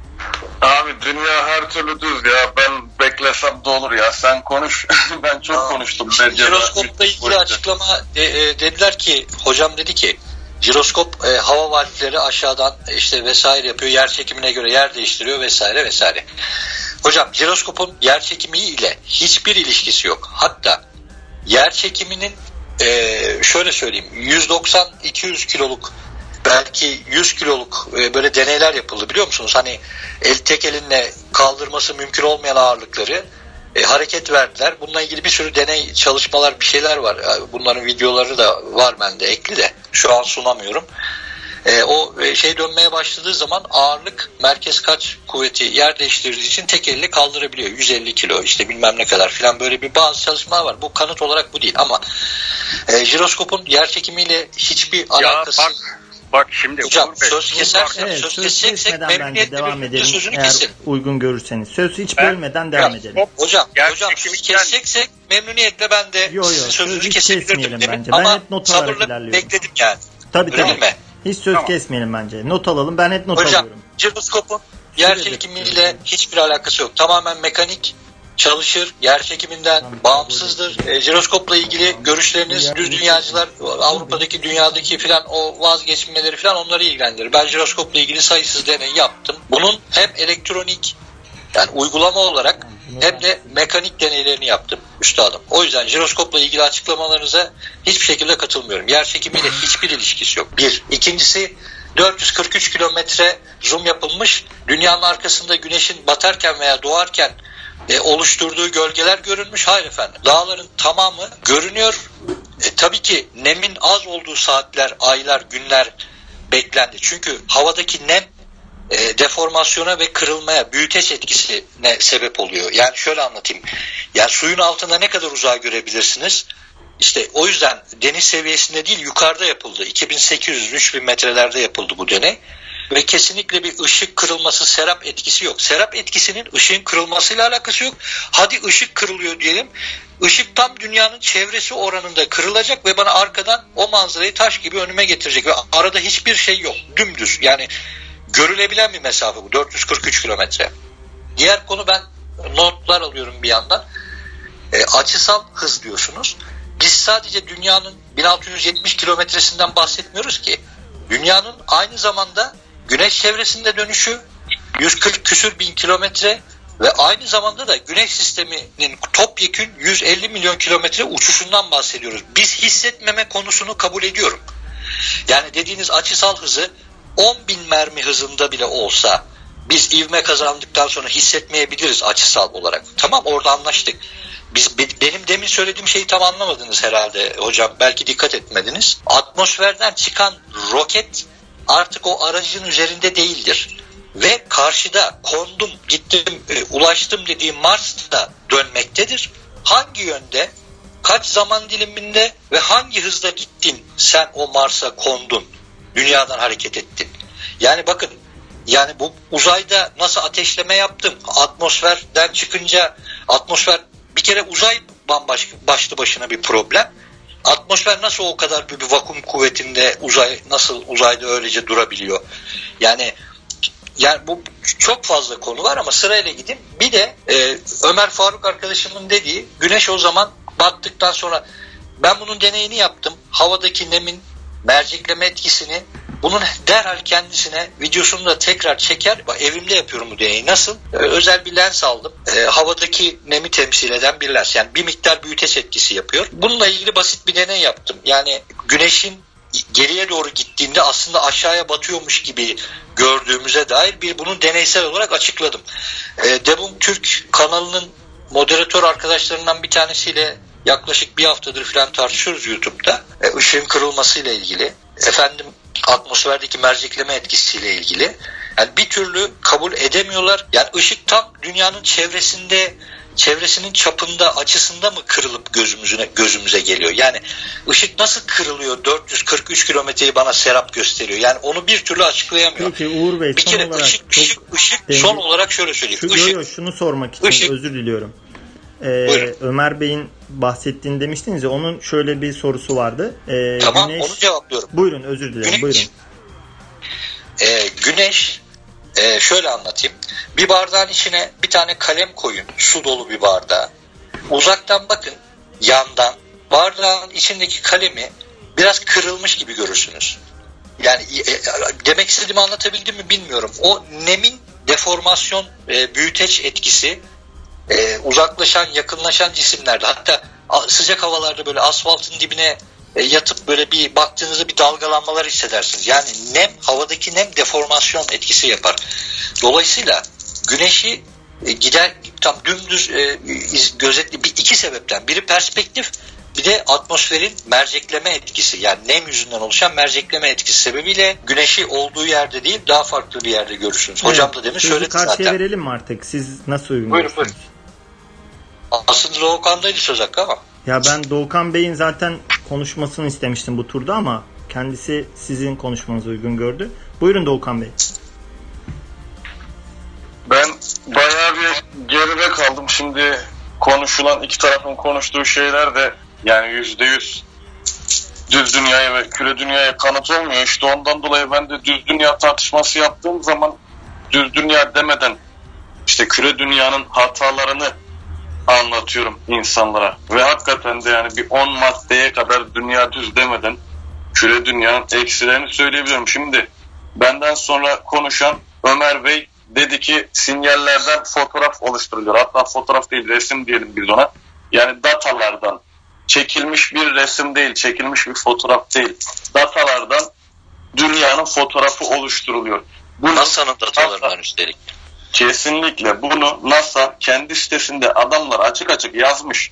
Abi dünya her türlü düz ya. Ben beklesem de olur ya. Sen konuş. Ben çok Aa, konuştum. Jiroskopla ilgili açıklama e, e, dediler ki, hocam dedi ki jiroskop e, hava valfleri aşağıdan işte vesaire yapıyor. Yer çekimine göre yer değiştiriyor vesaire vesaire. Hocam jiroskopun yer çekimiyle hiçbir ilişkisi yok. Hatta yer çekiminin e, şöyle söyleyeyim yüz doksan iki yüz kiloluk belki yüz kiloluk e, böyle deneyler yapıldı biliyor musunuz? Hani el tek elinle kaldırması mümkün olmayan ağırlıkları e, hareket verdiler. Bununla ilgili bir sürü deney çalışmalar bir şeyler var. Bunların videoları da var bende ekli de şu an sunamıyorum. E, o şey dönmeye başladığı zaman ağırlık merkez kaç kuvveti yer değiştirdiği için tek elle kaldırabiliyor. yüz elli kilo işte bilmem ne kadar filan böyle bir bazı çalışmalar var. Bu kanıt olarak bu değil ama e, jiroskopun yer çekimiyle hiçbir alakası. Bak, bak şimdi hocam söz kesersen evet, söz, söz keseceksek bence devam edelim. sözünü Eğer kesin. uygun görürseniz. Söz hiç Ben, bölmeden devam ya, edelim. Hocam, yer hocam söz çekiminden... keseceksek memnuniyetle ben de yo, yo, sözünüzü hiç kesebilirdim kesmeyelim demin. bence. Ben Ama hep not alarak sabırla ilerliyorum. bekledim yani. Tabii Öyle tabii. mi? Hiç söz Tamam. kesmeyelim bence. Not alalım. Ben hep not Hocam, alıyorum. jiroskopun yer Evet, çekimiyle evet. hiçbir alakası yok. Tamamen mekanik çalışır, yer çekiminden Tamam. bağımsızdır. E, jiroskopla ilgili görüşleriniz düz dünyacılar Avrupa'daki dünyadaki filan o vazgeçmeleri filan onları ilgilendirir. Ben jiroskopla ilgili sayısız deney yaptım. Bunun hem elektronik yani uygulama olarak hem de mekanik deneylerini yaptım üstadım. O yüzden jiroskopla ilgili açıklamalarınıza hiçbir şekilde katılmıyorum. Yer çekimiyle hiçbir ilişkisi yok. Bir. İkincisi dört yüz kırk üç kilometre zoom yapılmış. Dünyanın arkasında güneşin batarken veya doğarken e, oluşturduğu gölgeler görünmüş. Hayır efendim. Dağların tamamı görünüyor. E, tabii ki nemin az olduğu saatler, aylar, günler beklendi. Çünkü havadaki nem E, deformasyona ve kırılmaya, büyüteç etkisine sebep oluyor. Yani şöyle anlatayım. Yani suyun altında ne kadar uzağa görebilirsiniz? İşte o yüzden deniz seviyesinde değil yukarıda yapıldı. iki bin sekiz yüz üç bin metrelerde yapıldı bu deney. Ve kesinlikle bir ışık kırılması, serap etkisi yok. Serap etkisinin ışığın kırılmasıyla alakası yok. Hadi ışık kırılıyor diyelim. Işık tam dünyanın çevresi oranında kırılacak ve bana arkadan o manzarayı taş gibi önüme getirecek. Ve arada hiçbir şey yok. Dümdüz. Yani görülebilen bir mesafe bu. dört yüz kırk üç kilometre. Diğer konu ben notlar alıyorum bir yandan. E, açısal hız diyorsunuz. Biz sadece dünyanın bin altı yüz yetmiş kilometresinden bahsetmiyoruz ki. Dünyanın aynı zamanda güneş çevresinde dönüşü yüz kırk küsür bin kilometre ve aynı zamanda da güneş sisteminin topyekün yüz elli milyon kilometre uçuşundan bahsediyoruz. Biz hissetmeme konusunu kabul ediyorum. Yani dediğiniz açısal hızı on bin mermi hızında bile olsa biz ivme kazandıktan sonra hissetmeyebiliriz açısal olarak. Tamam, orada anlaştık. Biz benim demin söylediğim şeyi tam anlamadınız herhalde hocam. Belki dikkat etmediniz. Atmosferden çıkan roket artık o aracın üzerinde değildir. Ve karşıda kondum, gittim, e, ulaştım dediğim Mars'ta dönmektedir. Hangi yönde, kaç zaman diliminde ve hangi hızda gittin sen o Mars'a kondun? Dünyadan hareket ettin. Yani bakın, yani bu uzayda nasıl ateşleme yaptım? Atmosferden çıkınca atmosfer bir kere uzay bambaşka başlı başına bir problem. Atmosfer nasıl o kadar bir, bir vakum kuvvetinde uzay nasıl uzayda öylece durabiliyor? Yani yani bu çok fazla konu var ama sırayla gideyim. Bir de e, Ömer Faruk arkadaşımın dediği güneş o zaman battıktan sonra ben bunun deneyini yaptım. Havadaki nemin mercekleme etkisini bunun derhal kendisine videosunu da tekrar çeker. Bak, evimde yapıyorum bu deneyi. Nasıl? Ee, özel bir lens aldım. Ee, havadaki nemi temsil eden bir lens. Yani bir miktar büyüteç etkisi yapıyor. Bununla ilgili basit bir deney yaptım. Yani güneşin geriye doğru gittiğinde aslında aşağıya batıyormuş gibi gördüğümüze dair bir bunu deneysel olarak açıkladım. Ee, Debun Türk kanalının moderatör arkadaşlarından bir tanesiyle yaklaşık bir haftadır falan tartışıyoruz YouTube'da. E, ışığın kırılmasıyla ilgili. Efendim atmosferdeki mercekleme etkisiyle ilgili. Yani bir türlü kabul edemiyorlar. Yani ışık tam dünyanın çevresinde, çevresinin çapında, açısında mı kırılıp gözümüze gözümüze geliyor? Yani ışık nasıl kırılıyor? dört yüz kırk üç kilometreyi bana Serap gösteriyor. Yani onu bir türlü açıklayamıyor. Peki Uğur Bey, bir son kere olarak ışık, ışık, ışık son olarak şöyle söyleyeyim. Şu, Işık, yo, yo, şunu sormak için ışık, özür diliyorum. Ee, Ömer Bey'in bahsettiğini demiştiniz ya, onun şöyle bir sorusu vardı. Ee, tamam güneş... onu cevaplıyorum. Buyurun, özür dilerim. Güneş, Buyurun. E, güneş e, şöyle anlatayım. Bir bardağın içine bir tane kalem koyun. Su dolu bir bardağa. Uzaktan bakın, yandan bardağın içindeki kalemi biraz kırılmış gibi görürsünüz. Yani e, demek istediğimi anlatabildim mi bilmiyorum. O nemin deformasyon, e, büyüteç etkisi e, uzaklaşan, yakınlaşan cisimlerde, hatta sıcak havalarda böyle asfaltın dibine e, yatıp böyle bir baktığınızda bir dalgalanmalar hissedersiniz. Yani nem, havadaki nem deformasyon etkisi yapar. Dolayısıyla güneşi e, gider tam dümdüz e, gözetli bir iki sebepten, biri perspektif, bir de atmosferin mercekleme etkisi, yani nem yüzünden oluşan mercekleme etkisi sebebiyle güneşi olduğu yerde değil daha farklı bir yerde görürsünüz. Evet, hocam da demin söyledi zaten. Karşıya verelim mi artık? Siz nasıl uygun buyurun, buyurun. Aslında Doğukan'daydı söz hakkı ama. Ya ben Doğukan Bey'in zaten konuşmasını istemiştim bu turda ama kendisi sizin konuşmanızı uygun gördü. Buyurun Doğukan Bey. Ben bayağı bir geride kaldım. Şimdi konuşulan, iki tarafın konuştuğu şeyler de yani yüzde yüz düz dünyaya ve küre dünyaya kanıt olmuyor. İşte ondan dolayı ben de düz dünya tartışması yaptığım zaman düz dünya demeden işte küre dünyanın hatalarını anlatıyorum insanlara. Ve hakikaten de yani bir on maddeye kadar dünya düz demeden küre dünyanın eksilerini söyleyebiliyorum. Şimdi benden sonra konuşan Ömer Bey dedi ki sinyallerden fotoğraf oluşturuluyor. Hatta fotoğraf değil, resim diyelim biz ona. Yani datalardan çekilmiş bir resim değil, çekilmiş bir fotoğraf değil. Datalardan dünyanın fotoğrafı oluşturuluyor. Bu NASA'nın datalarından üstelik. Kesinlikle bunu NASA kendi sitesinde adamlar açık açık yazmış.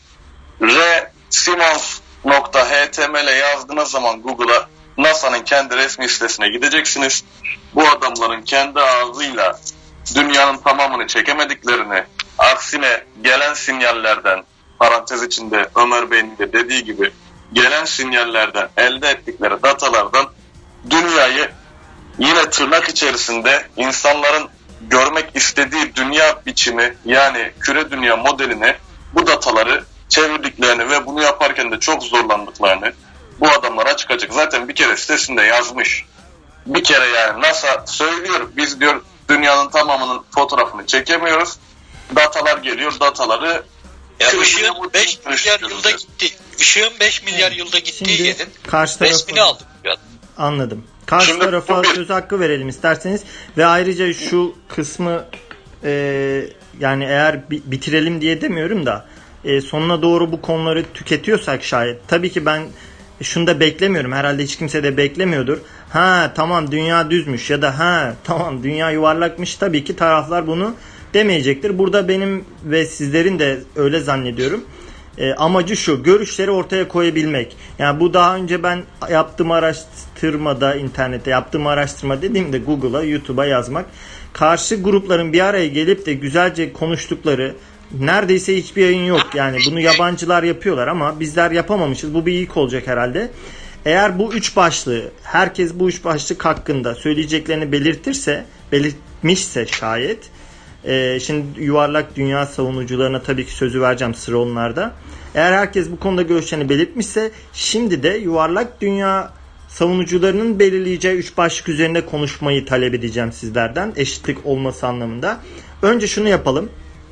R Simons nokta H T M L yazdığınız zaman Google'a NASA'nın kendi resmi sitesine gideceksiniz. Bu adamların kendi ağzıyla dünyanın tamamını çekemediklerini, aksine gelen sinyallerden, parantez içinde Ömer Bey'in de dediği gibi gelen sinyallerden elde ettikleri datalardan dünyayı yine tırnak içerisinde insanların görmek istediği dünya biçimi, yani küre dünya modelini, bu dataları çevirdiklerini ve bunu yaparken de çok zorlandıklarını bu adamlar açık açık zaten bir kere sitesinde yazmış. Bir kere yani NASA söylüyor, biz diyor dünyanın tamamının fotoğrafını çekemiyoruz. Datalar geliyor, dataları ya ışığın beş milyar yılda gitti. Işığın beş milyar yılda gittiği yerin resmini aldık. Anladım. Karşı Şimdi, tarafa söz hakkı verelim isterseniz ve ayrıca şu kısmı e, yani eğer bi- bitirelim diye demiyorum da e, sonuna doğru bu konuları tüketiyorsak şayet, tabii ki ben şunu da beklemiyorum, herhalde hiç kimse de beklemiyordur. Ha tamam dünya düzmüş ya da ha tamam dünya yuvarlakmış, tabii ki taraflar bunu demeyecektir. Burada benim ve sizlerin de öyle zannediyorum. E, amacı şu, görüşleri ortaya koyabilmek. Yani bu daha önce ben yaptığım araştırmada, internette yaptığım araştırma dediğimde Google'a, YouTube'a yazmak. Karşı grupların bir araya gelip de güzelce konuştukları neredeyse hiçbir yayın yok. Yani bunu yabancılar yapıyorlar ama bizler yapamamışız. Bu bir ilk olacak herhalde. Eğer bu üç başlığı, herkes bu üç başlık hakkında söyleyeceklerini belirtirse, belirtmişse şayet, Ee, şimdi yuvarlak dünya savunucularına tabii ki sözü vereceğim, sıra onlarda. Eğer herkes bu konuda görüşlerini belirtmişse, şimdi de yuvarlak dünya savunucularının belirleyeceği üç başlık üzerine konuşmayı talep edeceğim sizlerden, eşitlik olması anlamında. Önce şunu yapalım.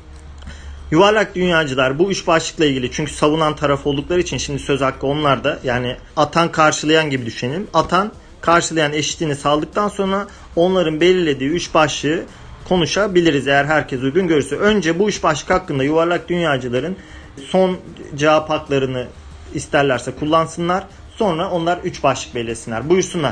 Yuvarlak dünyacılar bu üç başlıkla ilgili, çünkü savunan taraf oldukları için şimdi söz hakkı onlarda. Yani atan karşılayan gibi düşünelim. Atan karşılayan eşitliğini sağladıktan sonra onların belirlediği üç başlığı konuşabiliriz eğer herkes uygun görürse. Önce bu üç başlık hakkında yuvarlak dünyacıların son cevap haklarını isterlerse kullansınlar. Sonra onlar üç başlık belirlesinler. Buyursunlar.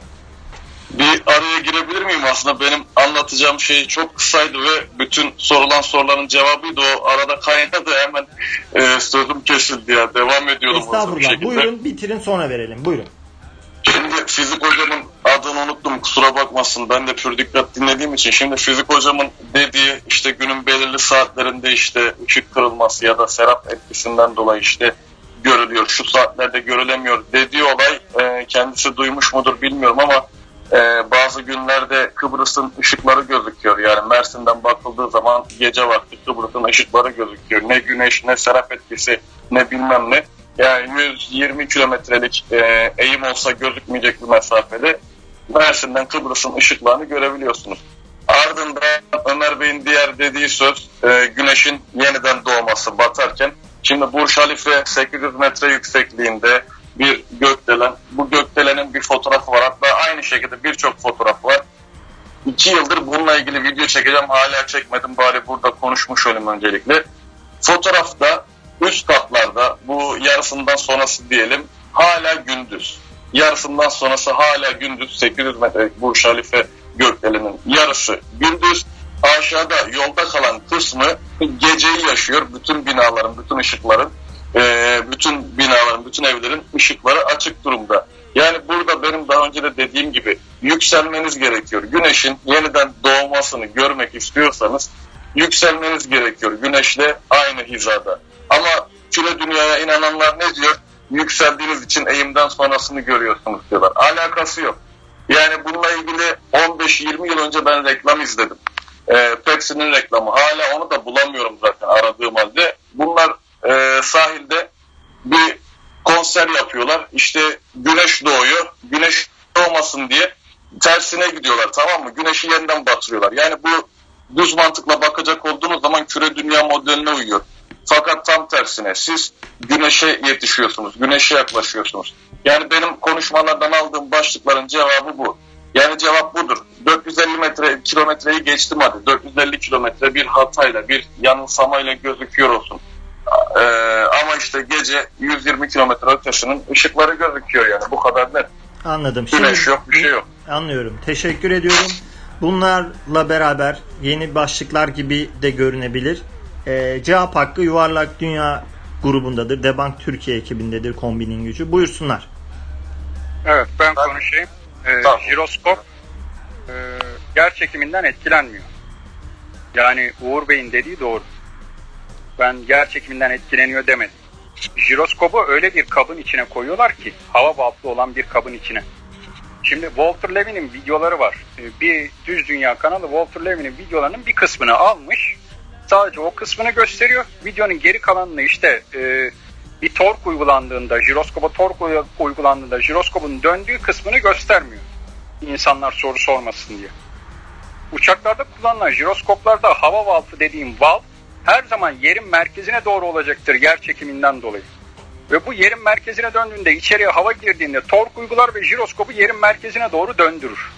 Bir araya girebilir miyim? Aslında benim anlatacağım şey çok kısaydı ve bütün sorulan soruların cevabıydı. O arada kaynadı, hemen e, sözüm kesildi ya. Devam ediyordum. Estağfurullah. Buyurun bitirin, sonra verelim. Buyurun. Şimdi fizik hocamın adını unuttum, kusura bakmasın, ben de pür dikkat dinlediğim için. Şimdi fizik hocamın dediği işte günün belirli saatlerinde işte ışık kırılması ya da serap etkisinden dolayı işte görülüyor, şu saatlerde görülemiyor dediği olay e, kendisi duymuş mudur bilmiyorum ama e, bazı günlerde Kıbrıs'ın ışıkları gözüküyor. Yani Mersin'den bakıldığı zaman gece vakti Kıbrıs'ın ışıkları gözüküyor. Ne güneş, ne serap etkisi, ne bilmem ne. Yani yüz yirmi kilometrelik e, eğim olsa gözükmeyecek bir mesafede Mersin'den Kıbrıs'ın ışıklarını görebiliyorsunuz. Ardından Ömer Bey'in diğer dediği söz e, güneşin yeniden doğması, batarken. Şimdi Burj Halife sekiz yüz metre yüksekliğinde bir gökdelen. Bu gökdelenin bir fotoğrafı var. Hatta aynı şekilde birçok fotoğraf var. İki yıldır bununla ilgili video çekeceğim. Hala çekmedim. Bari burada konuşmuş olayım öncelikle. Fotoğrafta üst katlarda, bu yarısından sonrası diyelim, hala gündüz. Yarısından sonrası hala gündüz. sekiz yüz metre Burj Halife gökdelenin yarısı gündüz. Aşağıda yolda kalan kısmı geceyi yaşıyor. Bütün binaların, bütün ışıkların, bütün binaların, bütün evlerin ışıkları açık durumda. Yani burada benim daha önce de dediğim gibi yükselmeniz gerekiyor. Güneşin yeniden doğmasını görmek istiyorsanız yükselmeniz gerekiyor. Güneşle aynı hizada. Ama küre dünyaya inananlar ne diyor? Yükseldiğiniz için eğimden sonrasını görüyorsunuz diyorlar. Alakası yok. Yani bununla ilgili on beş yirmi yıl önce ben reklam izledim. E, Pepsi'nin reklamı. Hala onu da bulamıyorum zaten aradığım halde. Bunlar e, sahilde bir konser yapıyorlar. İşte güneş doğuyor. Güneş doğmasın diye tersine gidiyorlar, tamam mı? Güneşi yeniden batırıyorlar. Yani bu düz mantıkla bakacak olduğunuz zaman küre dünya modeline uyuyor. Fakat tam tersine siz güneşe yetişiyorsunuz. Güneşe yaklaşıyorsunuz. Yani benim konuşmalardan aldığım başlıkların cevabı bu. Yani cevap budur. dört yüz elli metre kilometreyi geçtim hadi. dört yüz elli kilometre bir hatayla, bir yanılsamayla gözüküyor olsun. Ee, ama işte gece yüz yirmi kilometre ötesinin ışıkları gözüküyor yani. Bu kadar net. Anladım. Güneş Şimdi, yok, bir şey yok. Anlıyorum. Teşekkür ediyorum. Bunlarla beraber yeni başlıklar gibi de görünebilir. Ee, cevap hakkı Yuvarlak Dünya grubundadır. Debank Türkiye ekibindedir. Kombinin gücü. Buyursunlar. Evet, ben konuşayım. Ee, Tamam. Jiroskop e, yer çekiminden etkilenmiyor. Yani Uğur Bey'in dediği doğru. Ben yer çekiminden etkileniyor demedim. Jiroskopu öyle bir kabın içine koyuyorlar ki, hava bantlı olan bir kabın içine. Şimdi Walter Levin'in videoları var. Bir Düz Dünya kanalı Walter Levin'in videolarının bir kısmını almış. Sadece o kısmını gösteriyor. Videonun geri kalanını işte e, bir tork uygulandığında, jiroskopa tork uygulandığında jiroskopun döndüğü kısmını göstermiyor. İnsanlar soru sormasın diye. Uçaklarda kullanılan jiroskoplarda hava valfı dediğim valv her zaman yerin merkezine doğru olacaktır yer çekiminden dolayı. Ve bu yerin merkezine döndüğünde, içeriye hava girdiğinde tork uygular ve jiroskopu yerin merkezine doğru döndürür.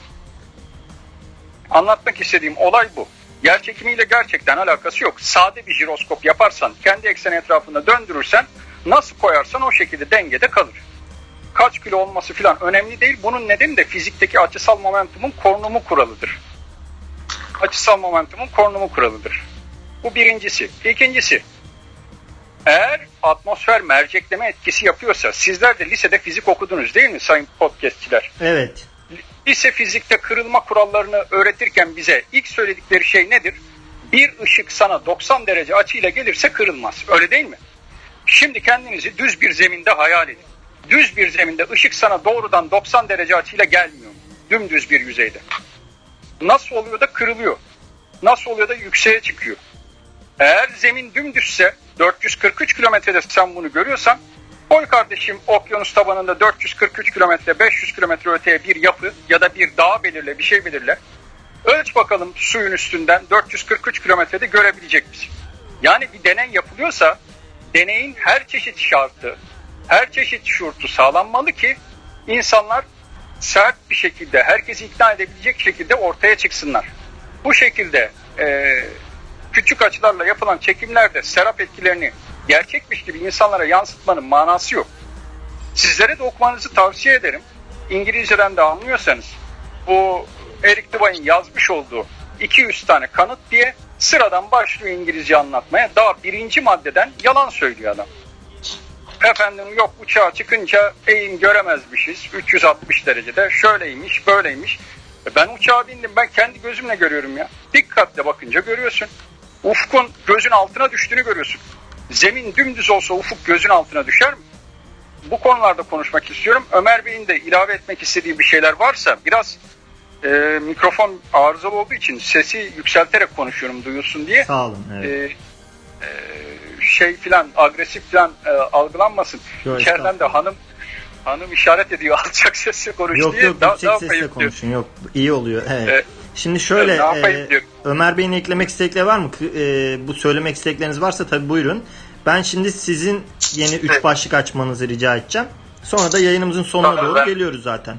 Anlatmak istediğim olay bu. Yer çekimiyle gerçekten alakası yok. Sade bir jiroskop yaparsan, kendi ekseni etrafında döndürürsen, nasıl koyarsan o şekilde dengede kalır. Kaç kilo olması falan önemli değil. Bunun nedeni de fizikteki açısal momentumun korunumu kuralıdır. Açısal momentumun korunumu kuralıdır. Bu birincisi. İkincisi, eğer atmosfer mercekleme etkisi yapıyorsa, sizler de lisede fizik okudunuz değil mi sayın podcastçiler? Evet. Lise fizikte kırılma kurallarını öğretirken bize ilk söyledikleri şey nedir? Bir ışık sana doksan derece açıyla gelirse kırılmaz. Öyle değil mi? Şimdi kendinizi düz bir zeminde hayal edin. Düz bir zeminde ışık sana doğrudan doksan derece açıyla gelmiyor. Dümdüz bir yüzeyde. Nasıl oluyor da kırılıyor? Nasıl oluyor da yükseğe çıkıyor? Eğer zemin dümdüzse, dört yüz kırk üç kilometrede sen bunu görüyorsan, koy kardeşim okyanus tabanında dört yüz kırk üç kilometre, beş yüz kilometre öteye bir yapı ya da bir dağ belirle, bir şey belirle. Ölç bakalım suyun üstünden dört yüz kırk üç kilometrede görebilecek misin? Yani bir deney yapılıyorsa, deneyin her çeşit şartı, her çeşit şurtu sağlanmalı ki insanlar sert bir şekilde, herkesi ikna edebilecek şekilde ortaya çıksınlar. Bu şekilde e, küçük açılarla yapılan çekimlerde serap etkilerini gerçekmiş gibi insanlara yansıtmanın manası yok. Sizlere de okumanızı tavsiye ederim. İngilizceden de anlıyorsanız bu Eric Dubai'nin yazmış olduğu iki yüz tane kanıt diye sıradan başlıyor İngilizce anlatmaya. Daha birinci maddeden yalan söylüyor adam. Efendim yok uçağa çıkınca eğim göremezmişiz. üç yüz altmış derecede şöyleymiş böyleymiş. Ben uçağa bindim, ben kendi gözümle görüyorum ya. Dikkatle bakınca görüyorsun. Ufkun gözün altına düştüğünü görüyorsun. Zemin dümdüz olsa ufuk gözün altına düşer mi? Bu konularda konuşmak istiyorum. Ömer Bey'in de ilave etmek istediği bir şeyler varsa biraz e, mikrofon arızalı olduğu için sesi yükselterek konuşuyorum duyulsun diye. Sağ olun. Evet. E, e, şey filan agresif filan e, algılanmasın. Yok, İçeriden de hanım hanım işaret ediyor alçak sesle konuş yok, diye. Yok yok yüksek sesle konuşun. Yok iyi oluyor. Evet. E, Şimdi şöyle e, Ömer Bey'in eklemek istedikleri var mı? E, bu söylemek istedikleriniz varsa tabii buyurun. Ben şimdi sizin yeni üç başlık açmanızı rica edeceğim. Sonra da yayınımızın sonuna Tabii doğru ben, geliyoruz zaten.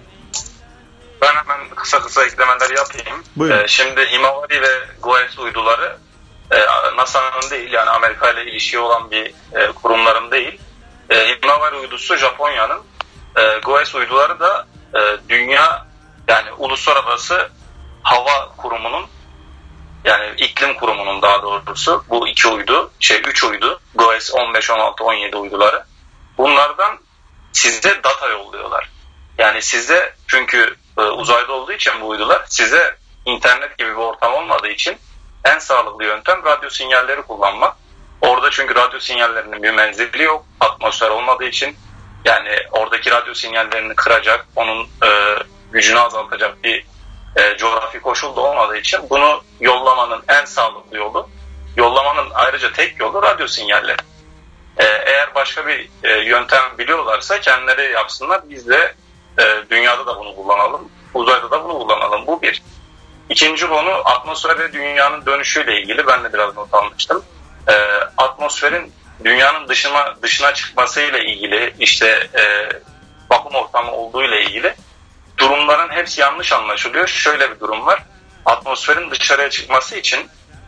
Ben hemen kısa kısa eklemeler yapayım. Buyurun. Ee, şimdi Himawari ve GOES uyduları e, NASA'nın değil, yani Amerika ile ilişki olan bir e, kurumların değil. E, Himawari uydusu Japonya'nın, e, GOES uyduları da e, dünya, yani Uluslararası Hava Kurumu'nun, yani iklim kurumunun daha doğrusu bu iki uydu, şey üç uydu, GOES on beş, on altı, on yedi uyduları. Bunlardan size data yolluyorlar. Yani size, çünkü e, uzayda olduğu için bu uydular, size internet gibi bir ortam olmadığı için en sağlıklı yöntem radyo sinyalleri kullanmak. Orada çünkü radyo sinyallerinin bir menzili yok, atmosfer olmadığı için, yani oradaki radyo sinyallerini kıracak, onun e, gücünü azaltacak bir E, coğrafi koşul da olmadığı için bunu yollamanın en sağlıklı yolu, yollamanın ayrıca tek yolu radyo sinyalleri. E, eğer başka bir e, yöntem biliyorlarsa kendileri yapsınlar, biz de e, dünyada da bunu kullanalım, uzayda da bunu kullanalım. Bu bir. İkinci konu atmosfer ve dünyanın dönüşüyle ilgili. Ben de biraz not almıştım. E, atmosferin dünyanın dışına dışına çıkmasıyla ilgili, işte e, vakum ortamı olduğu ile ilgili durumların hepsi yanlış anlaşılıyor. Şöyle bir durum var. Atmosferin dışarıya çıkması için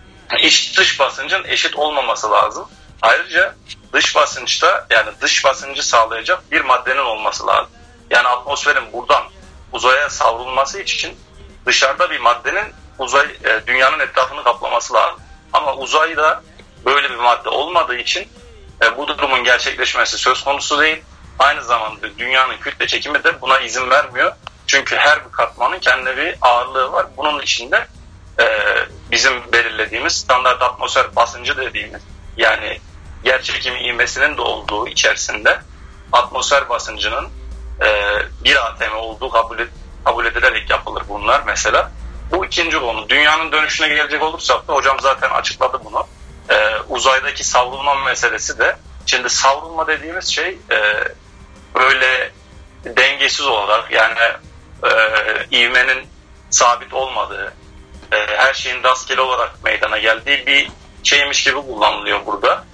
iç dış basıncın eşit olmaması lazım. Ayrıca dış basınçta, yani dış basıncı sağlayacak bir maddenin olması lazım. Yani atmosferin buradan uzaya savrulması için dışarıda bir maddenin uzay e, dünyanın etrafını kaplaması lazım. Ama uzayda böyle bir madde olmadığı için e, bu durumun gerçekleşmesi söz konusu değil. Aynı zamanda dünyanın kütle çekimi de buna izin vermiyor. Çünkü her bir katmanın kendine bir ağırlığı var. Bunun içinde e, bizim belirlediğimiz standart atmosfer basıncı dediğimiz, yani yer çekimi ivmesinin de olduğu içerisinde atmosfer basıncının e, bir atm olduğu kabul, et, kabul edilerek yapılır bunlar mesela. Bu ikinci konu. Dünyanın dönüşüne gelecek olursak da hocam zaten açıkladı bunu. E, uzaydaki savrulma meselesi de, şimdi savrulma dediğimiz şey e, böyle dengesiz olarak, yani e, ivmenin sabit olmadığı, e, her şeyin rastgele olarak meydana geldiği bir şeymiş gibi kullanılıyor burada.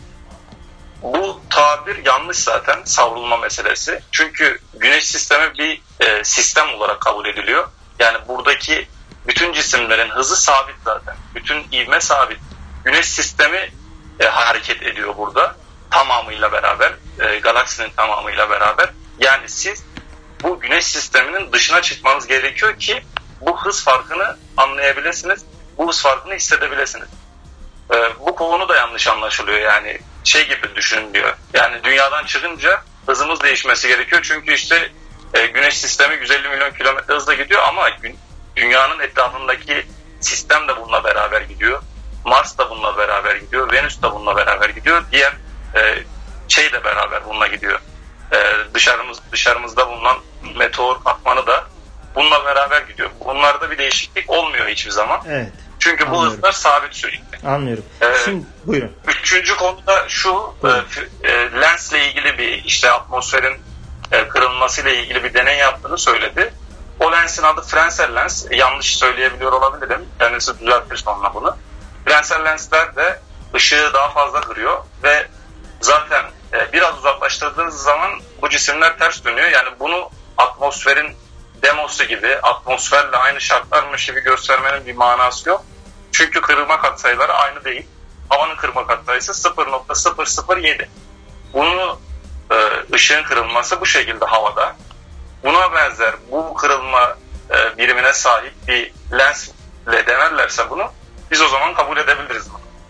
Bu tabir yanlış zaten, savrulma meselesi. Çünkü güneş sistemi bir e, sistem olarak kabul ediliyor. Yani buradaki bütün cisimlerin hızı sabit zaten. Bütün ivme sabit. Güneş sistemi e, hareket ediyor burada. Tamamıyla beraber, e, galaksinin tamamıyla beraber. Yani siz bu güneş sisteminin dışına çıkmanız gerekiyor ki bu hız farkını anlayabilirsiniz. Bu hız farkını hissedebilirsiniz. Ee, bu konu da yanlış anlaşılıyor, yani şey gibi düşünün diyor. Yani dünyadan çıkınca hızımız değişmesi gerekiyor. Çünkü işte e, güneş sistemi yüz elli milyon kilometre hızla gidiyor ama gün, dünyanın etrafındaki sistem de bununla beraber gidiyor. Mars da bununla beraber gidiyor. Venüs de bununla beraber gidiyor. Diğer e, şey de beraber bununla gidiyor. Ee, dışarımız, dışarımızda bulunan meteor katmanı da bununla beraber gidiyor. Bunlarda bir değişiklik olmuyor hiçbir zaman. Evet. Çünkü bu Anlıyorum. hızlar sabit sürekli. Anlıyorum. Ee, Şimdi buyurun. Üçüncü konu da şu, e, e, lensle ilgili bir, işte atmosferin e, kırılmasıyla ilgili bir deney yaptığını söyledi. O lensin adı Fresnel lens. Yanlış söyleyebiliyor olabilirim. Kendisi düzeltir sonra bunu. Fresnel lensler de ışığı daha fazla kırıyor ve zaten e, biraz uzaklaştırdığınız zaman bu cisimler ters dönüyor. Yani bunu atmosferin demosu gibi, atmosferle aynı şartlarmış gibi göstermenin bir manası yok. Çünkü kırılma katsayıları aynı değil. Havanın kırılma katsayısı sıfır nokta sıfır sıfır yedi. Bunu e, ışığın kırılması bu şekilde havada. Buna benzer bu kırılma e, birimine sahip bir lensle denerlerse bunu, biz o zaman kabul edebiliriz bunu.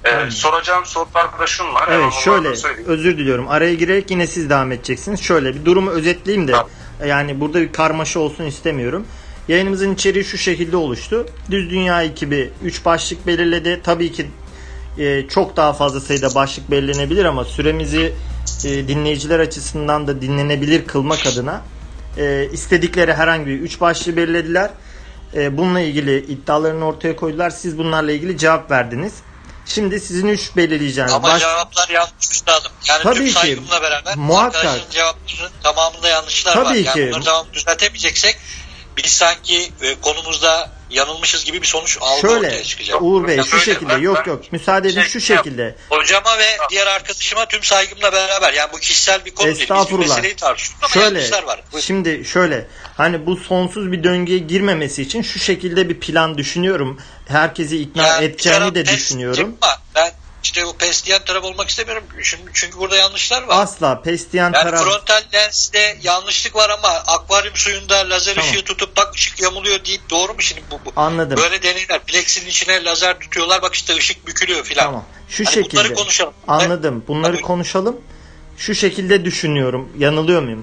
Ee, soracağım sorular da şunlar. Evet, Hemen şöyle onları da söyleyeyim. özür diliyorum. Araya girerek yine siz devam edeceksiniz. Şöyle bir durumu özetleyeyim de Tamam. yani burada bir karmaşa olsun istemiyorum. Yayınımızın içeriği şu şekilde oluştu. Düz Dünya ekibi üç başlık belirledi. Tabii ki e, çok daha fazla sayıda başlık belirlenebilir ama süremizi e, dinleyiciler açısından da dinlenebilir kılmak adına e, istedikleri herhangi bir üç başlığı belirlediler. E, bununla ilgili iddialarını ortaya koydular. Siz bunlarla ilgili cevap verdiniz. Şimdi sizin üç belirleyeceğiniz Ama baş... cevaplar yanlış üstadım. Yani Tabii tüm ki. saygımla beraber Muhakkak. arkadaşların cevaplarının tamamında yanlışlar Tabii var. ki. Yani bunları tamam düzeltemeyeceksek biz sanki e, konumuzda yanılmışız gibi bir sonuç algı ortaya Şöyle çıkacak. Uğur Bey Ya şu böyle, şekilde ben- yok ben- yok müsaade edin Şey, şu yap. şekilde. Hocama ve diğer arkadaşıma tüm saygımla beraber yani bu kişisel bir konu değil. Biz bir Estağfurullah. meseleyi tartışıyoruz ama Şöyle yanlışlar var. Buyurun. şimdi şöyle hani bu sonsuz bir döngüye girmemesi için şu şekilde bir plan düşünüyorum. Herkesi ikna Yani bir edeceğimi taraf de pes düşünüyorum. çıkma. Ben işte o pes diyen taraf olmak istemiyorum. Çünkü, çünkü burada yanlışlar var. Asla pes diyen Yani taraf frontal lenste yanlışlık var ama akvaryum suyunda lazer Tamam. ışığı tutup bak ışık yamuluyor deyip doğru mu şimdi bu? bu? Anladım. Böyle deneyler. Plexin içine lazer tutuyorlar bak işte ışık bükülüyor filan. Tamam. Şu Hani şekilde. bunları konuşalım. Anladım. Bunları Tabii. konuşalım. Şu şekilde düşünüyorum. Yanılıyor muyum?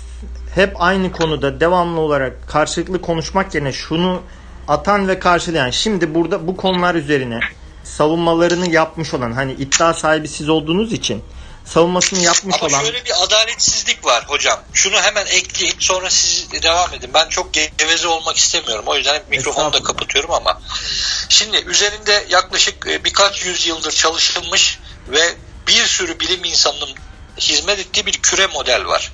Hep aynı konuda devamlı olarak karşılıklı konuşmak yerine şunu atan ve karşılayan. Şimdi burada bu konular üzerine savunmalarını yapmış olan hani iddia sahibi siz olduğunuz için savunmasını yapmış Ama olan şöyle bir adaletsizlik var hocam. Şunu hemen ekleyeyim sonra siz devam edin. Ben çok geveze olmak istemiyorum. O yüzden hep mikrofonu da Estağfurullah. kapatıyorum ama. Şimdi üzerinde yaklaşık e, birkaç yüzyıldır çalışılmış ve bir sürü bilim insanının hizmet ettiği bir küre model var.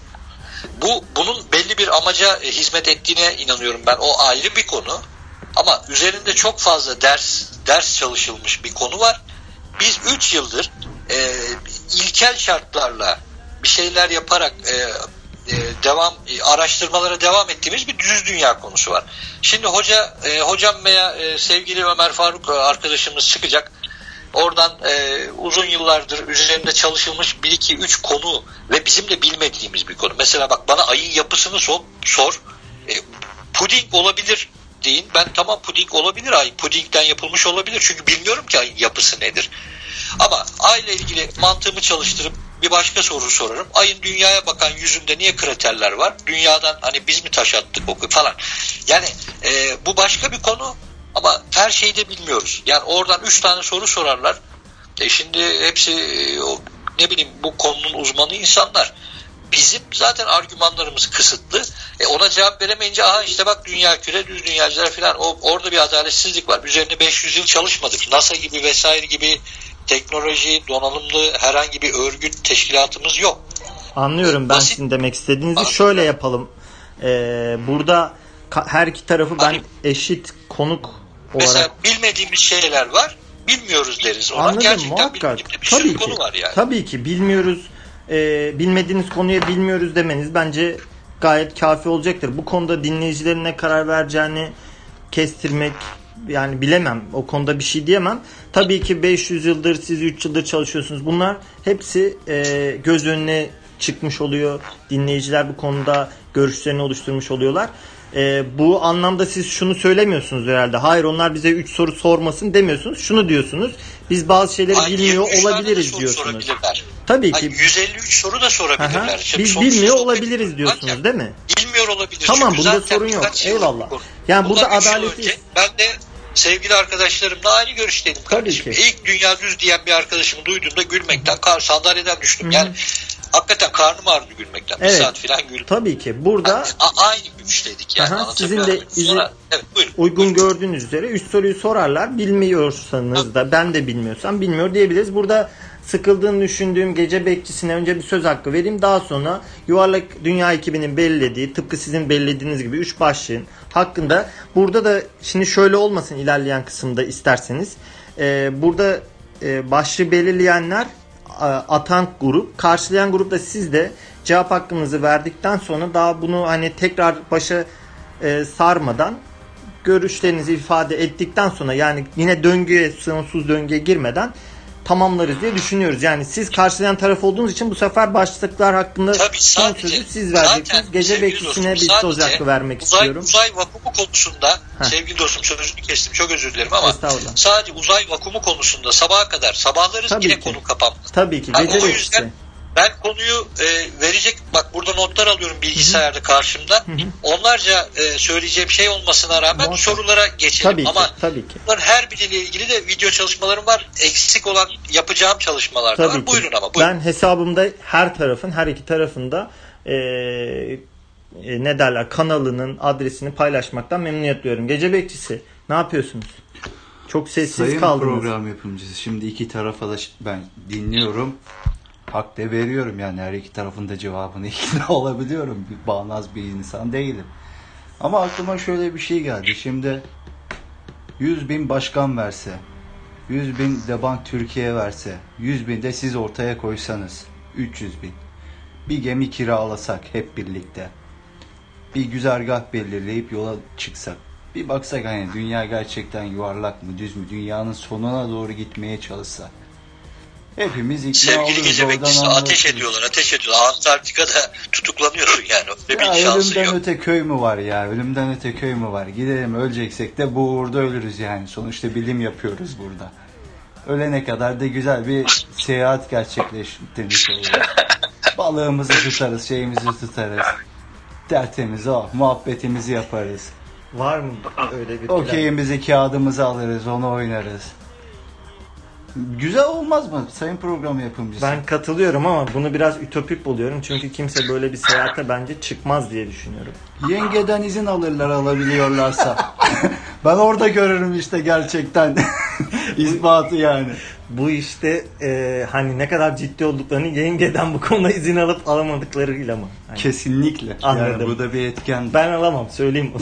Bu bunun belli bir amaca e, hizmet ettiğine inanıyorum ben. O ayrı bir konu. Ama üzerinde çok fazla ders ders çalışılmış bir konu var. Biz üç yıldır e, ilkel şartlarla bir şeyler yaparak e, e, devam e, araştırmalara devam ettiğimiz bir düz dünya konusu var. Şimdi hoca e, hocam veya e, sevgili Ömer Faruk e, arkadaşımız çıkacak. Oradan e, uzun yıllardır üzerinde çalışılmış bir iki üç konu ve bizim de bilmediğimiz bir konu. Mesela bak bana ayın yapısını sor. sor. E, puding olabilir deyin. Ben tamam puding olabilir. Ay pudingden yapılmış olabilir. Çünkü bilmiyorum ki ayın yapısı nedir. Ama ay ile ilgili mantığımı çalıştırıp bir başka soru sorarım. Ayın dünyaya bakan yüzünde niye kraterler var? Dünyadan hani biz mi taş attık o falan. Yani e, bu başka bir konu. Ama her şeyi de bilmiyoruz. Yani oradan üç tane soru sorarlar. E şimdi hepsi e, o, ne bileyim bu konunun uzmanı insanlar. Bizim zaten argümanlarımız kısıtlı. E ona cevap veremeyince aha işte bak dünya küre, düz dünyacılar falan. O, orada bir adaletsizlik var. Üzerine beş yüz yıl çalışmadık. NASA gibi vesaire gibi teknoloji, donanımlı herhangi bir örgüt teşkilatımız yok. anlıyorum ben Basit- sizin demek istediğinizi. Anladım. Şöyle yapalım. Ee, burada ka- her iki tarafı ben Hani- eşit konuk Mesela olarak bilmediğimiz şeyler var. Bilmiyoruz deriz ona. anladım Gerçekten muhakkak. bilmediğimiz bir Tabii sürü ki. konu var yani. Tabii ki bilmiyoruz. Ee, bilmediğiniz konuya bilmiyoruz demeniz bence gayet kafi olacaktır. Bu konuda dinleyicilerin ne karar vereceğini kestirmek yani bilemem. O konuda bir şey diyemem. Tabii ki beş yüz yıldır siz üç yıldır çalışıyorsunuz. Bunlar hepsi e, göz önüne çıkmış oluyor. Dinleyiciler bu konuda görüşlerini oluşturmuş oluyorlar. E, bu anlamda siz şunu söylemiyorsunuz herhalde. Hayır onlar bize üç soru sormasın demiyorsunuz. Şunu diyorsunuz. Biz bazı şeyleri Ay, bilmiyor yirmi üç tane de olabiliriz soru diyorsunuz. sorabilirler. Tabii Ay, ki. yüz elli üç soru da Aha, sorabilirler. Şimdi biz sonsuz bilmiyor sohbet olabiliriz yok. diyorsunuz Ancak değil mi? Bilmiyor olabilir. Tamam, Çünkü bunda zaten sorun yok. birkaç yıllık Eyvallah. bir konu. Yani Bundan burada üç yıl adaleti- önce ben de sevgili arkadaşlarımla aynı görüşteydim kardeşim. ki. İlk dünya düz diyen bir arkadaşımı duyduğumda gülmekten kar sandalyeden düştüm. Yani hakikaten karnım ağrıdı gülmekten. Bir Evet. saat falan güldüm. Tabii ki. Burada A- aynı güçteydik yani. Aha, Anlatabiliyor sizin de muyum? izi- Sonra, evet, buyurun. uygun gördüğünüz üzere üç soruyu sorarlar. Bilmiyorsanız da ben de bilmiyorsam bilmiyor diyebiliriz. Burada sıkıldığını düşündüğüm gece bekçisine önce bir söz hakkı vereyim. Daha sonra Yuvarlak Dünya ekibinin belirlediği tıpkı sizin belirlediğiniz gibi üç başlığın hakkında burada da şimdi şöyle olmasın ilerleyen kısımda isterseniz. Ee, burada e, başlığı belirleyenler e, atan grup, karşılayan grup da siz de cevap hakkınızı verdikten sonra daha bunu hani tekrar başa e, sarmadan görüşlerinizi ifade ettikten sonra yani yine döngüye, sonsuz döngüye girmeden tamamlarız diye düşünüyoruz. Yani siz karşılayan taraf olduğunuz için bu sefer başlıklar hakkında Tabii son sadece, sözü siz vereceksiniz. Gece sevgili bekçisine dostum, bir söz sadece hakkı vermek uzay, istiyorum. Uzay vakumu konusunda, Heh. sevgili dostum sözünü kestim, çok özür dilerim ama Estağfurullah. sadece uzay vakumu konusunda sabaha kadar sabahlarız, Tabii yine ki. konu kapanmaz. Tabii ki Ha, gece o bekçisi. yüzden ben konuyu e, verecek, bak burada notlar alıyorum bilgisayarda karşımda. Onlarca e, söyleyeceğim şey olmasına rağmen Muhakkak. sorulara geçelim. Tabii ki, Ama tabii ki. bunların her biriyle ilgili de video çalışmalarım var. Eksik olan yapacağım çalışmalar da Tabii var. ki. Buyurun ama buyurun. Ben hesabımda her tarafın, her iki tarafında e, e, ne derler kanalının adresini paylaşmaktan memnuniyet duyuyorum. Gece bekçisi ne yapıyorsunuz? Çok sessiz Sayın kaldınız. program yapımcısı, şimdi iki tarafa da ş- ben dinliyorum. Hak da veriyorum yani, her iki tarafın da cevabını ikna olabiliyorum. Bir bağnaz bir insan değilim. Ama aklıma şöyle bir şey geldi. Şimdi yüz bin başkan verse, yüz bin de Bank Türkiye verse, yüz bin de siz ortaya koysanız, üç yüz bin. Bir gemi kiralasak hep birlikte. Bir güzergah belirleyip yola çıksak. Bir baksak hani dünya gerçekten yuvarlak mı, düz mü, dünyanın sonuna doğru gitmeye çalışsak. Hepimiz ikna Sevgili oluruz, gece oradan bekçisi ateş anlatırız. ediyorlar, ateş ediyorlar. Antarktika'da tutuklanıyorsun yani. Öyle Ya bir şansın ölümden yok. öte köy mü var ya? Ölümden öte köy mü var? Gidelim, öleceksek de bu uğurda ölürüz yani. Sonuçta bilim yapıyoruz burada. Ölene kadar da güzel bir seyahat gerçekleştirmiş oluruz. Balığımızı tutarız, şeyimizi tutarız. Tertemiz o, muhabbetimizi yaparız. Var mı öyle bir plan? Okeyimizi, kağıdımızı alırız, onu oynarız. Güzel olmaz mı sayın program yapımcısı? Ben katılıyorum ama bunu biraz ütopik buluyorum. Çünkü kimse böyle bir seyahate bence çıkmaz diye düşünüyorum. Yengeden izin alırlar, alabiliyorlarsa. Ben orada görürüm işte gerçekten ispatı yani. Bu işte e, hani ne kadar ciddi olduklarını yengeden bu konuda izin alıp alamadıklarıyla mı? Hani Kesinlikle. Anladım. Yani bu da bir etken. ben alamam söyleyeyim.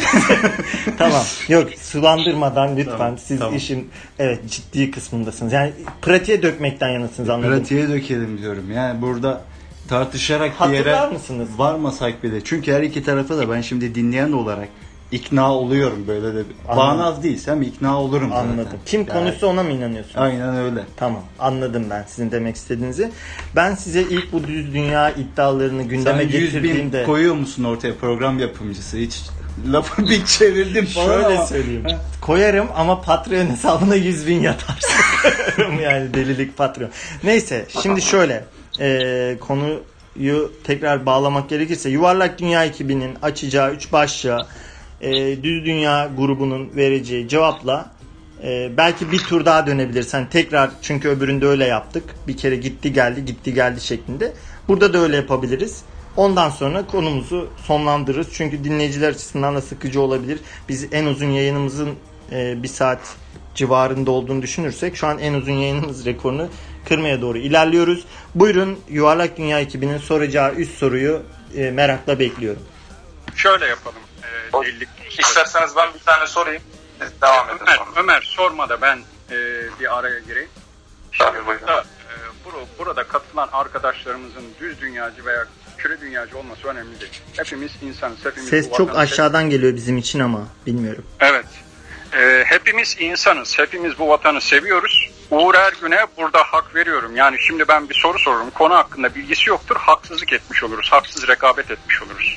Tamam. Yok sulandırmadan lütfen. Tamam, Siz tamam. işin evet ciddi kısmındasınız. Yani pratiğe dökmekten yanasınız anladım. Pratiğe dökelim diyorum. Yani burada tartışarak bir Hatırlar yere mısınız? varmasak bile. Çünkü her iki tarafı da ben şimdi dinleyen olarak ikna oluyorum böyle de. Anladım. Bağnaz değilsem ikna olurum zaten. Anladım. Kim Yani, konuşsa ona mı inanıyorsunuz? aynen öyle. Tamam anladım ben sizin demek istediğinizi. Ben size ilk bu düz dünya iddialarını gündeme Sen yüz bin getirdiğimde koyuyor musun ortaya program yapımcısı? Hiç lafı bir çevirdim falan şöyle ama. söyleyeyim. Koyarım ama Patreon hesabına yüz bin yatarsa koyarım yani delilik Patreon. Neyse şimdi şöyle e, konuyu tekrar bağlamak gerekirse Yuvarlak Dünya ekibinin açacağı üç başlığa e, Düz Dünya grubunun vereceği cevapla e, belki bir tur daha dönebiliriz. Hani tekrar çünkü öbüründe öyle yaptık. Bir kere gitti geldi gitti geldi şeklinde. Burada da öyle yapabiliriz. Ondan sonra konumuzu sonlandırırız. Çünkü dinleyiciler açısından da sıkıcı olabilir. Biz en uzun yayınımızın e, bir saat civarında olduğunu düşünürsek şu an en uzun yayınımız rekorunu kırmaya doğru ilerliyoruz. Buyurun Yuvarlak Dünya ekibinin soracağı üst soruyu e, merakla bekliyorum. Şöyle yapalım. Ee, O- ellik- İsterseniz ben bir tane sorayım. Siz devam edin Ömer, sonra. Ömer sorma da ben e, bir araya gireyim. Şimdi Tabii, buyurun. burada, e, bur- burada katılan arkadaşlarımızın düz dünyacı veya küre dünyacı olması önemli değil. Hepimiz insanız. Hepimiz Ses bu çok vatanı aşağıdan geliyor bizim için ama bilmiyorum. Evet. Ee, hepimiz insanız. Hepimiz bu vatanı seviyoruz. Uğur Ergün'e burada hak veriyorum. Yani şimdi ben bir soru sorurum. Konu hakkında bilgisi yoktur. Haksızlık etmiş oluruz. Haksız rekabet etmiş oluruz.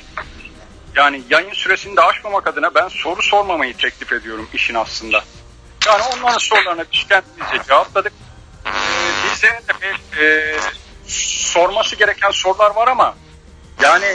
Yani yayın süresini de aşmamak adına ben soru sormamayı teklif ediyorum işin aslında. Yani onların sorularına biz kendimizce cevapladık. Ee, bizlerin de bir, e, sorması gereken sorular var ama yani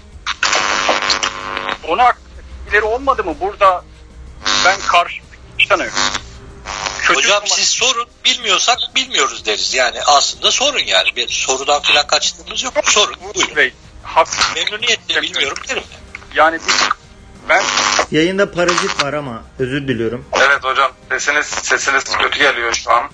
konu hakkında bilgileri olmadı mı burada ben karşımdaki insanı kötü Hocam olmak- siz sorun, bilmiyorsak bilmiyoruz deriz. Yani aslında sorun yani. Bir sorudan falan kaçtığımız yok. Sorun, buyurun. Bey, hak, Memnuniyetle bilmiyorum derim. yani biz, ben Yayında parazit var ama özür diliyorum. Evet hocam sesiniz sesiniz kötü geliyor şu an.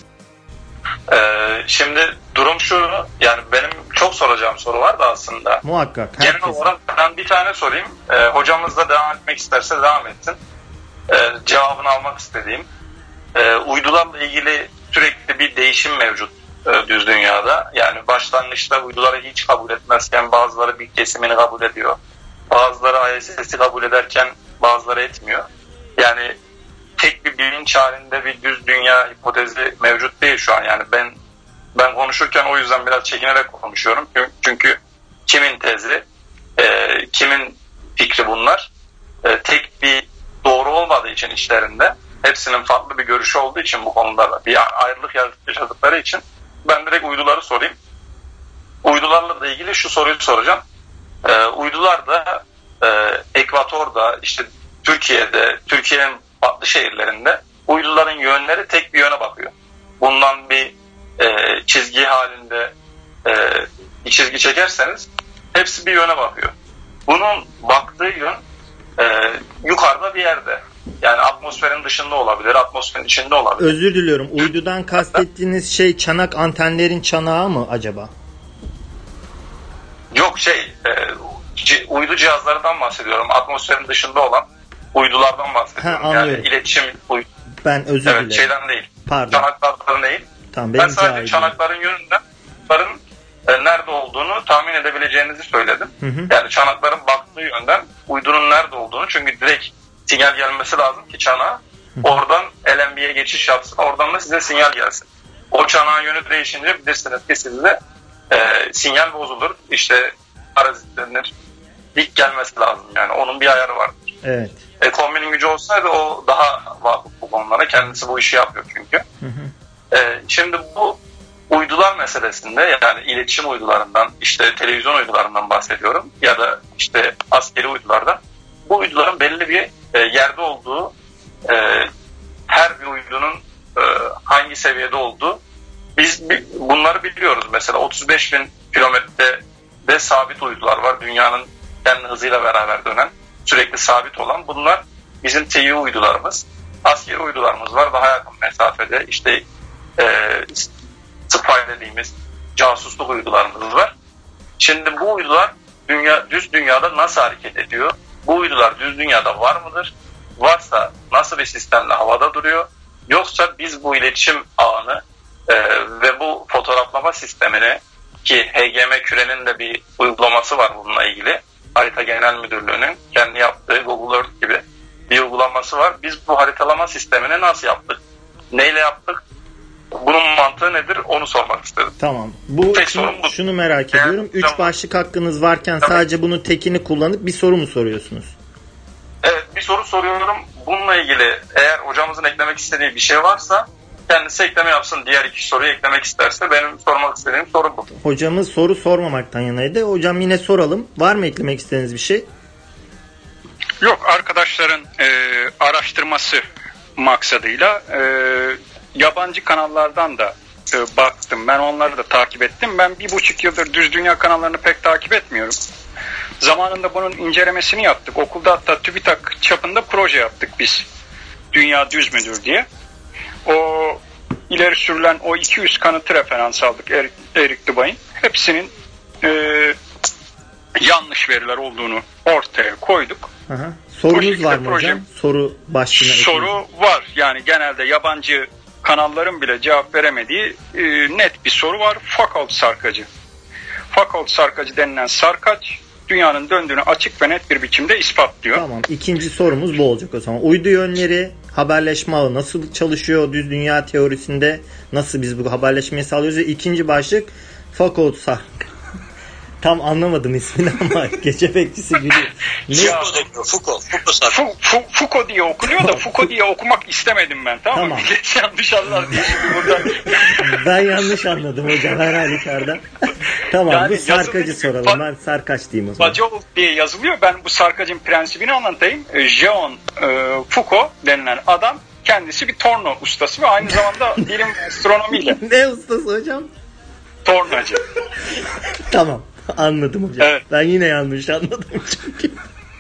Ee, şimdi durum şu, yani benim çok soracağım soru var da aslında. Muhakkak. Genel Herkes. olarak ben bir tane sorayım. Ee, hocamız da devam etmek isterse devam etsin. Ee, cevabını almak istediğim. Ee, uydularla ilgili sürekli bir değişim mevcut e, düz dünyada. Yani başlangıçta uyduları hiç kabul etmezken bazıları bir kesimini kabul ediyor. Bazıları I S S'i kabul ederken bazıları etmiyor. Yani tek bir bilinç halinde bir düz dünya hipotezi mevcut değil şu an. Yani ben ben konuşurken o yüzden biraz çekinerek konuşuyorum. Çünkü kimin tezi, e, kimin fikri bunlar? E, tek bir doğru olmadığı için işlerinde, hepsinin farklı bir görüşü olduğu için bu konuda bir ayrılık yaşadıkları için ben direkt uyduları sorayım. Uydularla da ilgili şu soruyu soracağım. E, uydular da e, Ekvator'da, işte Türkiye'de, Türkiye'nin farklı şehirlerinde uyduların yönleri tek bir yöne bakıyor. Bundan bir e, çizgi halinde e, bir çizgi çekerseniz hepsi bir yöne bakıyor. Bunun baktığı yön e, yukarıda bir yerde. Yani atmosferin dışında olabilir, atmosferin içinde olabilir. Özür diliyorum. Uydudan kastettiğiniz şey çanak antenlerin çanağı mı acaba? Yok şey, e, c- uydu cihazlarından bahsediyorum. Atmosferin dışında olan uydulardan bahsediyorum. Ha, yani iletişim uydu. Ben özür Evet, dilerim. şeyden değil. Pardon. Çanaklardan değil. Tamam, ben benim sadece cahilim. çanakların yönünden çanakların e, nerede olduğunu tahmin edebileceğinizi söyledim. Hı hı. Yani çanakların baktığı yönden uydunun nerede olduğunu, çünkü direkt sinyal gelmesi lazım ki çanağa oradan L M B'ye geçiş yapsın. Oradan da size sinyal gelsin. O çanağın yönü değişince bilirsiniz ki sizde e, sinyal bozulur. İşte parazitlenir. Dik gelmesi lazım. Yani onun bir ayarı vardır. Evet. E, kombinin gücü olsaydı o daha vakıf bu konulara. Kendisi bu işi yapıyor çünkü. Hı hı. E, şimdi bu uydular meselesinde, yani iletişim uydularından, işte televizyon uydularından bahsediyorum ya da işte askeri uydulardan. Bu uyduların belli bir e, yerde olduğu, e, her bir uydunun e, hangi seviyede olduğu, biz bi- bunları biliyoruz. Mesela otuz beş bin kilometrede sabit uydular var. Dünyanın kendi hızıyla beraber dönen, sürekli sabit olan. Bunlar bizim T I uydularımız. Askeri uydularımız var. Daha yakın mesafede işte e, spy dediğimiz casusluk uydularımız var. Şimdi bu uydular dünya, düz dünyada nasıl hareket ediyor? Bu uydular düz dünyada var mıdır? Varsa nasıl bir sistemle havada duruyor? Yoksa biz bu iletişim ağını e, ve bu fotoğraflama sistemini, ki H G M Küre'nin de bir uygulaması var bununla ilgili. Harita Genel Müdürlüğü'nün kendi yaptığı Google Earth gibi bir uygulaması var. Biz bu haritalama sistemini nasıl yaptık? Neyle yaptık? Bunun mantığı nedir? Onu sormak istedim. Tamam. Bu Tek şunu, sorun bu. şunu merak Yani, ediyorum. Üç tamam. başlık hakkınız varken Tabii. sadece bunu tekini kullanıp bir soru mu soruyorsunuz? Evet, bir soru soruyorum. Bununla ilgili eğer hocamızın eklemek istediği bir şey varsa kendisi ekleme yapsın. Diğer iki soruyu eklemek isterse benim sormak istediğim soru bu. Hocamız soru sormamaktan yanaydı. Hocam yine soralım. Var mı eklemek istediğiniz bir şey? Yok, arkadaşların e, araştırması maksadıyla e, yabancı kanallardan da e, baktım. Ben onları da takip ettim. Ben bir buçuk yıldır düz dünya kanallarını pek takip etmiyorum. Zamanında bunun incelemesini yaptık. Okulda hatta TÜBİTAK çapında proje yaptık biz. Dünya düz müdür diye. O ileri sürülen o iki yüz kanıtı referans aldık Erik, Erik Dubay'ın. Hepsinin e, yanlış veriler olduğunu ortaya koyduk. Aha. Sorunuz şekilde var mı proje- hocam? Soru başlığına Soru ekleyin. var. Yani genelde yabancı kanalların bile cevap veremediği e, net bir soru var. Foucault sarkacı. Foucault sarkacı denilen sarkaç dünyanın döndüğünü açık ve net bir biçimde ispatlıyor. Tamam. İkinci sorumuz bu olacak o zaman. Uydu yönleri, haberleşme ağı nasıl çalışıyor? Düz dünya teorisinde nasıl biz bu haberleşmeyi sağlıyoruz? Ve ikinci başlık Foucault sarkacı. Tam anlamadım ismini ama gece bekçisi gülüyor. Ne? Foucault deniyor. Foucault. Foucault sarkacı. Fu- Fu- Foucault diye okunuyor da Foucault diye okumak istemedim ben, tamam mı? Tamam. Millet yanlış anlar diye şimdi burada. Ben yanlış anladım hocam her halükarda. Tamam, Yani bu sarkacı yazılı- soralım. Ben sarkaç diyeyim o zaman. Bacol diye yazılıyor. Ben bu sarkacın prensibini anlatayım. E, Jean e, Foucault denilen adam kendisi bir torna ustası ve aynı zamanda bilim ve astronomiyle Ne ustası hocam? tornacı. Tamam, anladım hocam. Evet. Ben yine yanlış anladım çünkü.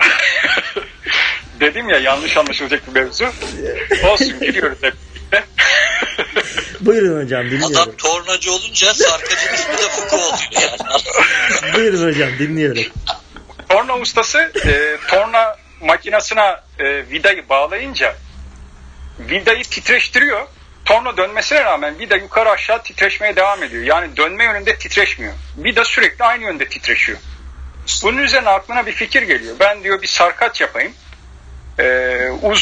Dedim ya, yanlış anlaşılacak bir mevzu. Olsun, gülüyoruz hep birlikte. Buyurun hocam, dinliyorum. Adam tornacı olunca sarkacının ismi de Foucault oluyor yani. Buyurun hocam, dinliyorum. Torna ustası e, torna makinesine e, vidayı bağlayınca vidayı titreştiriyor. Torna dönmesine rağmen vida yukarı aşağı titreşmeye devam ediyor. Yani dönme yönünde titreşmiyor. Vida sürekli aynı yönde titreşiyor. Bunun üzerine aklına bir fikir geliyor. Ben diyor bir sarkaç yapayım. Ee, uzun,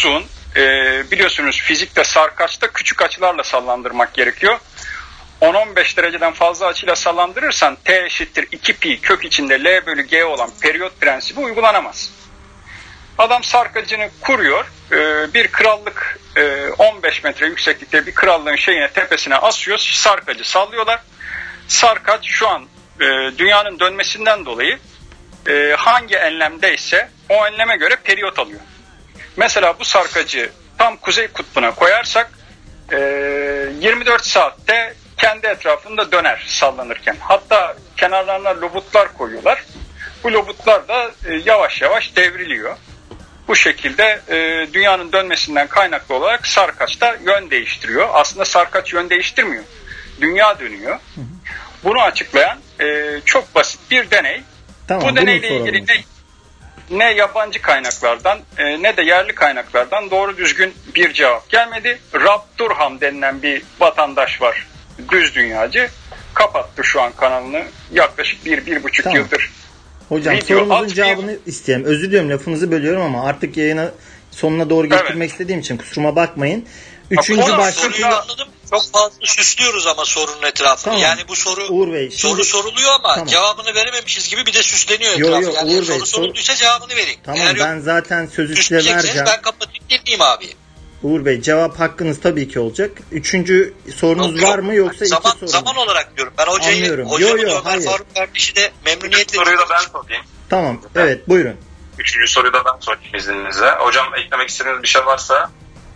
e, biliyorsunuz fizikte sarkaçta küçük açılarla sallandırmak gerekiyor. on on beş dereceden fazla açıyla sallandırırsan T eşittir iki pi kök içinde L bölü G olan periyot prensibi uygulanamaz. Adam sarkacını kuruyor. E, bir krallık e, on beş metre yükseklikte bir krallığın şeyine tepesine asıyor. Sarkacı sallıyorlar. Sarkaç şu an e, dünyanın dönmesinden dolayı e, hangi enlemdeyse o enleme göre periyot alıyor. Mesela bu sarkacı tam kuzey kutbuna koyarsak e, yirmi dört saatte kendi etrafında döner sallanırken. Hatta kenarlarına lobutlar koyuyorlar. Bu lobutlar da e, yavaş yavaş devriliyor. Bu şekilde e, dünyanın dönmesinden kaynaklı olarak sarkaç da yön değiştiriyor. Aslında sarkaç yön değiştirmiyor. Dünya dönüyor. Bunu açıklayan e, çok basit bir deney. Tamam, bu deneyle ilgili ne, ne yabancı kaynaklardan e, ne de yerli kaynaklardan doğru düzgün bir cevap gelmedi. Rab Durham denilen bir vatandaş var. Düz dünyacı. Kapattı şu an kanalını. Yaklaşık bir, bir buçuk Tamam. yıldır. Hocam Video sorumuzun alt cevabını bir... isteyelim. Özür diliyorum, lafınızı bölüyorum ama artık yayına sonuna doğru getirmek Evet. istediğim için kusuruma bakmayın. Üçüncü Konu başlık... soruyu Anladım. Çok fazla süslüyoruz ama sorunun etrafını. Tamam. Yani bu soru Uğur Bey, şimdi- soru soruluyor ama Tamam. cevabını verememişiz gibi bir de süsleniyor Yo, etrafı. yo, yani Uğur soru Bey, sorulduysa cevabını vereyim. Tamam, Eğer ben yok zaten sözü size süsleyecekseniz vereceğim. ben kapatayım dinleyeyim abi. Uğur Bey, cevap hakkınız tabii ki olacak. Üçüncü sorunuz Yok, var mı yoksa zaman, iki soru mu? Zaman olarak diyorum. Ben hocayı, Anlıyorum. hocamı Yo, yo, Ömer hayır. Faruk kardeşi de Üçüncü memnuniyetle soruyu da ben sorayım. Tamam, evet, buyurun. Üçüncü soruyu da ben sorayım izninizle. Hocam eklemek istediğiniz bir şey varsa,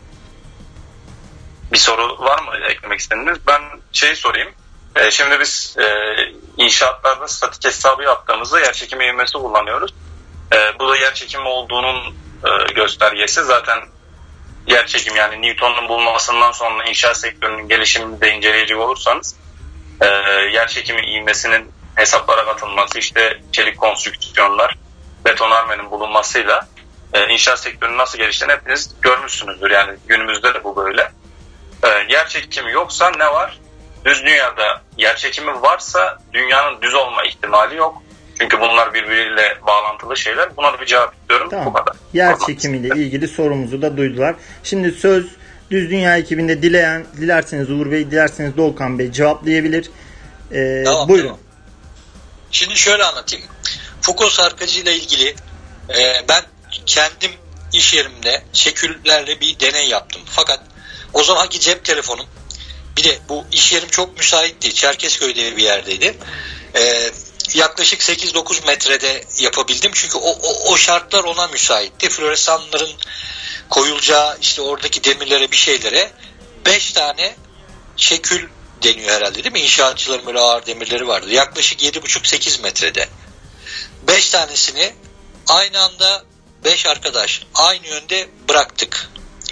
bir soru var mı eklemek istediğiniz? Ben şey sorayım. E, şimdi biz e, inşaatlarda statik hesabı yaptığımızda yer çekimi ivmesi kullanıyoruz. E, bu da yer çekimi olduğunun e, göstergesi. Zaten yer çekimi, yani Newton'un bulunmasından sonra inşaat sektörünün gelişimini de inceleyecek olursanız e, yer çekimi ivmesinin hesaplara katılması, işte çelik konstrüksiyonlar, betonarmenin bulunmasıyla e, inşaat sektörünün nasıl geliştiğini hepiniz görmüşsünüzdür. Yani günümüzde de bu böyle. E, yer çekimi yoksa ne var? Düz dünyada yer çekimi varsa dünyanın düz olma ihtimali yok. Çünkü bunlar birbiriyle bağlantılı şeyler. Buna da bir cevap istiyorum. Tamam. Bu kadar. Yer Tamam. çekimiyle ilgili sorumuzu da duydular. Şimdi söz Düz Dünya ekibinde, dileyen, dilerseniz Uğur Bey, dilerseniz Doğukan Bey cevaplayabilir. Ee, Tamam, buyurun. tamam. Şimdi şöyle anlatayım. Foucault sarkacı ile ilgili e, ben kendim iş yerimde şeküllerle bir deney yaptım. Fakat o zamanki cep telefonum, bir de bu iş yerim çok müsaitti. Çerkezköy'de bir yerdeydi. E, yaklaşık sekiz dokuz metrede yapabildim. Çünkü o, o, o şartlar ona müsaitti. Floresanların koyulacağı işte oradaki demirlere, bir şeylere beş tane şekül deniyor herhalde, değil mi? İnşaatçıların böyle ağır demirleri vardı. Yaklaşık yedi buçuk sekiz metrede. beş tanesini aynı anda beş arkadaş aynı yönde bıraktık.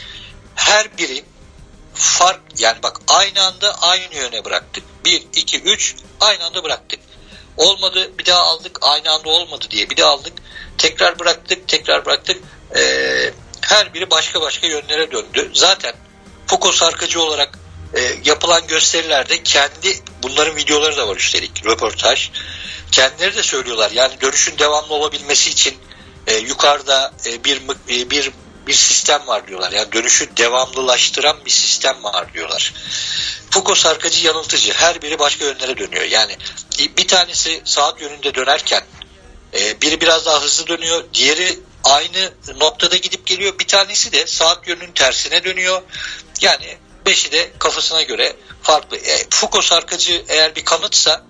Her biri fark, yani bak aynı anda aynı yöne bıraktık. bir, iki, üç aynı anda bıraktık. Olmadı, bir daha aldık, aynı anda olmadı diye bir daha aldık. Tekrar bıraktık, tekrar bıraktık. Ee, her biri başka başka yönlere döndü. Zaten Foucault sarkacı olarak e, yapılan gösterilerde kendi, bunların videoları da var üstelik, röportaj. Kendileri de söylüyorlar. Yani dönüşün devamlı olabilmesi için e, yukarıda e, bir e, bir bir sistem var diyorlar. Yani dönüşü devamlılaştıran bir sistem var diyorlar. Foucault sarkacı yanıltıcı. Her biri başka yönlere dönüyor. Yani bir tanesi saat yönünde dönerken e, biri biraz daha hızlı dönüyor. Diğeri aynı noktada gidip geliyor. Bir tanesi de saat yönünün tersine dönüyor. Yani beşi de kafasına göre farklı. E, Foucault sarkacı eğer bir kanıtsa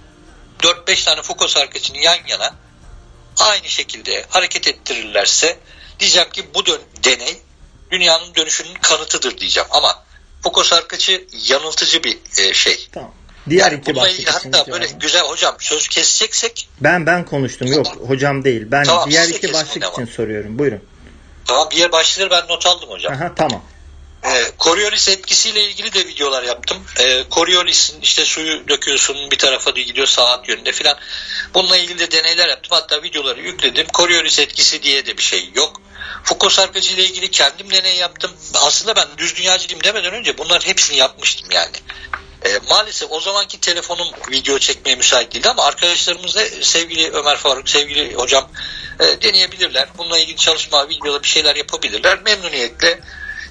dört beş tane Foucault sarkacını yan yana aynı şekilde hareket ettirirlerse diyeceğim ki bu dön- deney dünyanın dönüşünün kanıtıdır diyeceğim. Ama Foucault sarkacı yanıltıcı bir e, şey. Tamam. Diğer Yani iki bununla başlık ilgili için hatta böyle cevabı. güzel, hocam söz keseceksek Ben ben konuştum. Yok, hocam değil. Ben Tamam, diğer siz de iki kesin başlık ama. için soruyorum. Buyurun. tamam, diğer başlıkları ben not aldım hocam. Aha, tamam. E, Coriolis etkisiyle ilgili de videolar yaptım. E, Coriolis'in işte suyu döküyorsun bir tarafa gidiyor saat yönünde filan. Bununla ilgili de deneyler yaptım. Hatta videoları yükledim. Coriolis etkisi diye de bir şey yok. Foucault sarkacı ile ilgili kendim deney yaptım. Aslında ben düz dünyacıyım demeden önce bunların hepsini yapmıştım yani. E, maalesef o zamanki telefonum video çekmeye müsait değildi ama arkadaşlarımız da sevgili Ömer Faruk, sevgili hocam e, deneyebilirler. Bununla ilgili çalışma, videoda bir şeyler yapabilirler. Memnuniyetle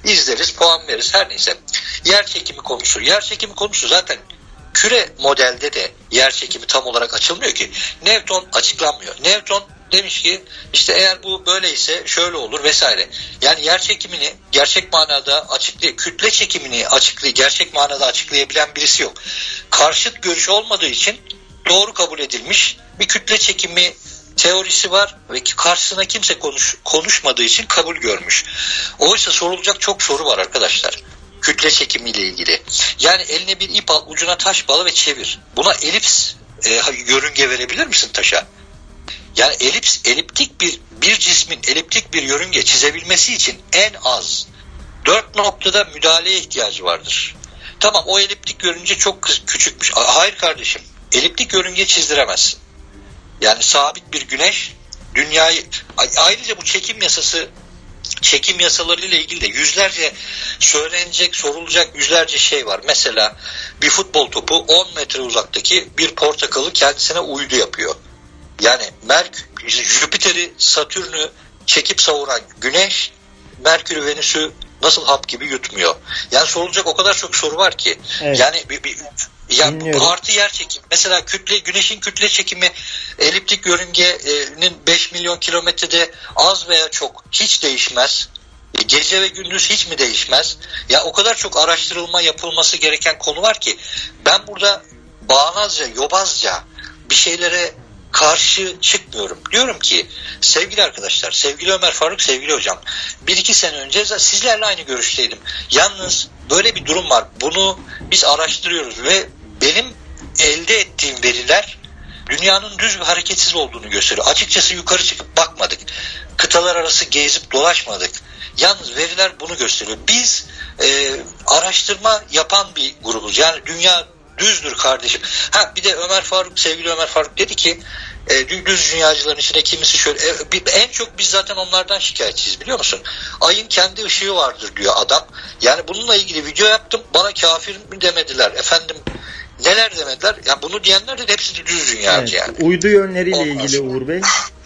izleriz, puan veririz, her neyse. Yer çekimi konusu. Yer çekimi konusu zaten küre modelde de yer çekimi tam olarak açılmıyor ki. Newton açıklanmıyor. Newton demiş ki işte eğer bu böyleyse şöyle olur vesaire. Yani yer çekimini gerçek manada açıklay, kütle çekimini açıklay, gerçek manada açıklayabilen birisi yok. Karşıt görüş olmadığı için doğru kabul edilmiş bir kütle çekimi teorisi var ve karşısına kimse konuş, konuşmadığı için kabul görmüş. Oysa sorulacak çok soru var arkadaşlar. Kütle çekimiyle ilgili. Yani eline bir ip al, ucuna taş bağla ve çevir. Buna elips e, yörünge verebilir misin taşa? Yani elips, eliptik bir bir cismin eliptik bir yörünge çizebilmesi için en az dört noktada müdahaleye ihtiyacı vardır. Tamam, o eliptik yörünge çok küçükmüş. Hayır kardeşim, eliptik yörünge çizdiremezsin. Yani sabit bir güneş dünyayı, ayrıca bu çekim yasası, çekim yasaları ile ilgili de yüzlerce söylenecek, sorulacak yüzlerce şey var. Mesela bir futbol topu on metre uzaktaki bir portakalı kendisine uydu yapıyor. Yani Merkür, Jüpiter'i, Satürn'ü çekip savuran Güneş, Merkür'ü, Venüs'ü nasıl hap gibi yutmuyor. Yani sorulacak o kadar çok soru var ki. Evet. Yani bir, bir, yani artı yer çekimi. Mesela kütle, Güneş'in kütle çekimi eliptik yörüngenin beş milyon kilometrede az veya çok hiç değişmez. Gece ve gündüz hiç mi değişmez? Ya o kadar çok araştırılma yapılması gereken konu var ki ben burada bağnazca, yobazca bir şeylere karşı çıkmıyorum. Diyorum ki sevgili arkadaşlar, sevgili Ömer Faruk, sevgili hocam, bir iki sene önce sizlerle aynı görüşteydim. Yalnız böyle bir durum var. Bunu biz araştırıyoruz ve benim elde ettiğim veriler dünyanın düz ve hareketsiz olduğunu gösteriyor. Açıkçası yukarı çıkıp bakmadık. Kıtalar arası gezip dolaşmadık. Yalnız veriler bunu gösteriyor. Biz e, araştırma yapan bir grubuz. Yani dünya düzdür kardeşim. Ha bir de Ömer Faruk, sevgili Ömer Faruk dedi ki e, düz dünyacıların içinde kimisi şöyle e, en çok biz zaten onlardan şikayetçiyiz, biliyor musun? Ayın kendi ışığı vardır diyor adam. Yani bununla ilgili video yaptım. Bana kafir mi demediler. Efendim neler demediler. Ya bunu diyenler de hepsi de düz dünyacı, evet, yani. Uydu yönleriyle Ondan ilgili sonra, Uğur Bey.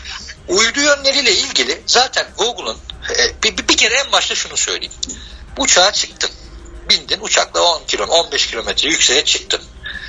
Uydu yönleriyle ilgili zaten Google'un e, bir, bir kere en başta şunu söyleyeyim. Uçağa çıktın. Bindin uçakla on kilometre, on beş kilometre yükseğe çıktın.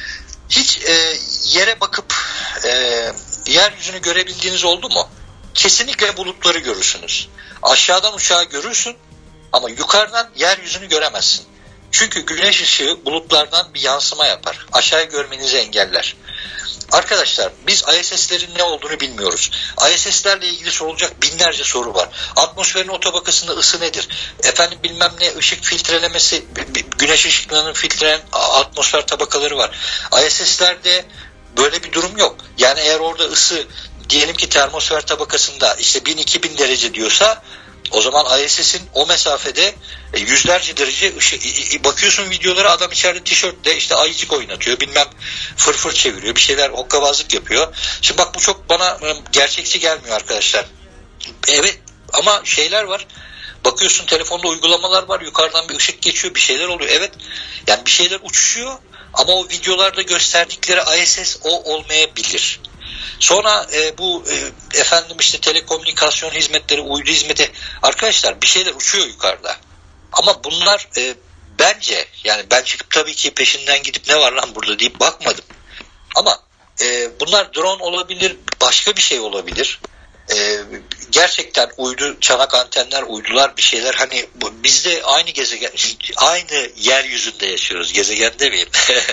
Hiç e, yere bakıp e, yeryüzünü görebildiğiniz oldu mu? Kesinlikle bulutları görürsünüz. Aşağıdan uçağı görürsün ama yukarıdan yeryüzünü göremezsin. Çünkü güneş ışığı bulutlardan bir yansıma yapar. Aşağıyı görmenizi engeller. Arkadaşlar biz I S S'lerin ne olduğunu bilmiyoruz. I S S'lerle ilgili sorulacak binlerce soru var. Atmosferin o tabakasında ısı nedir? Efendim bilmem ne ışık filtrelemesi, güneş ışıklarının filtrelen atmosfer tabakaları var. I S S'lerde böyle bir durum yok. Yani eğer orada ısı diyelim ki termosfer tabakasında işte bin iki bin derece diyorsa o zaman I S S'in o mesafede yüzlerce derece ışık, bakıyorsun videolara, adam içeride tişörtle işte ayıcık oynatıyor, bilmem fırfır çeviriyor, bir şeyler hokkabazlık yapıyor. Şimdi bak bu çok bana gerçekçi gelmiyor arkadaşlar. Evet ama şeyler var. Bakıyorsun telefonda uygulamalar var, yukarıdan bir ışık geçiyor, bir şeyler oluyor. Evet yani bir şeyler uçuşuyor ama o videolarda gösterdikleri I S S o olmayabilir. Sonra e, bu e, efendim işte telekomünikasyon hizmetleri, uydu hizmeti, arkadaşlar bir şeyler uçuyor yukarıda. Ama bunlar e, bence yani ben çıkıp tabii ki peşinden gidip ne var lan burada deyip bakmadım. Ama e, bunlar drone olabilir, başka bir şey olabilir. E, gerçekten uydu, çanak antenler, uydular, bir şeyler, hani bu, biz de aynı gezegen, aynı yeryüzünde yaşıyoruz. Gezegen demeyeyim.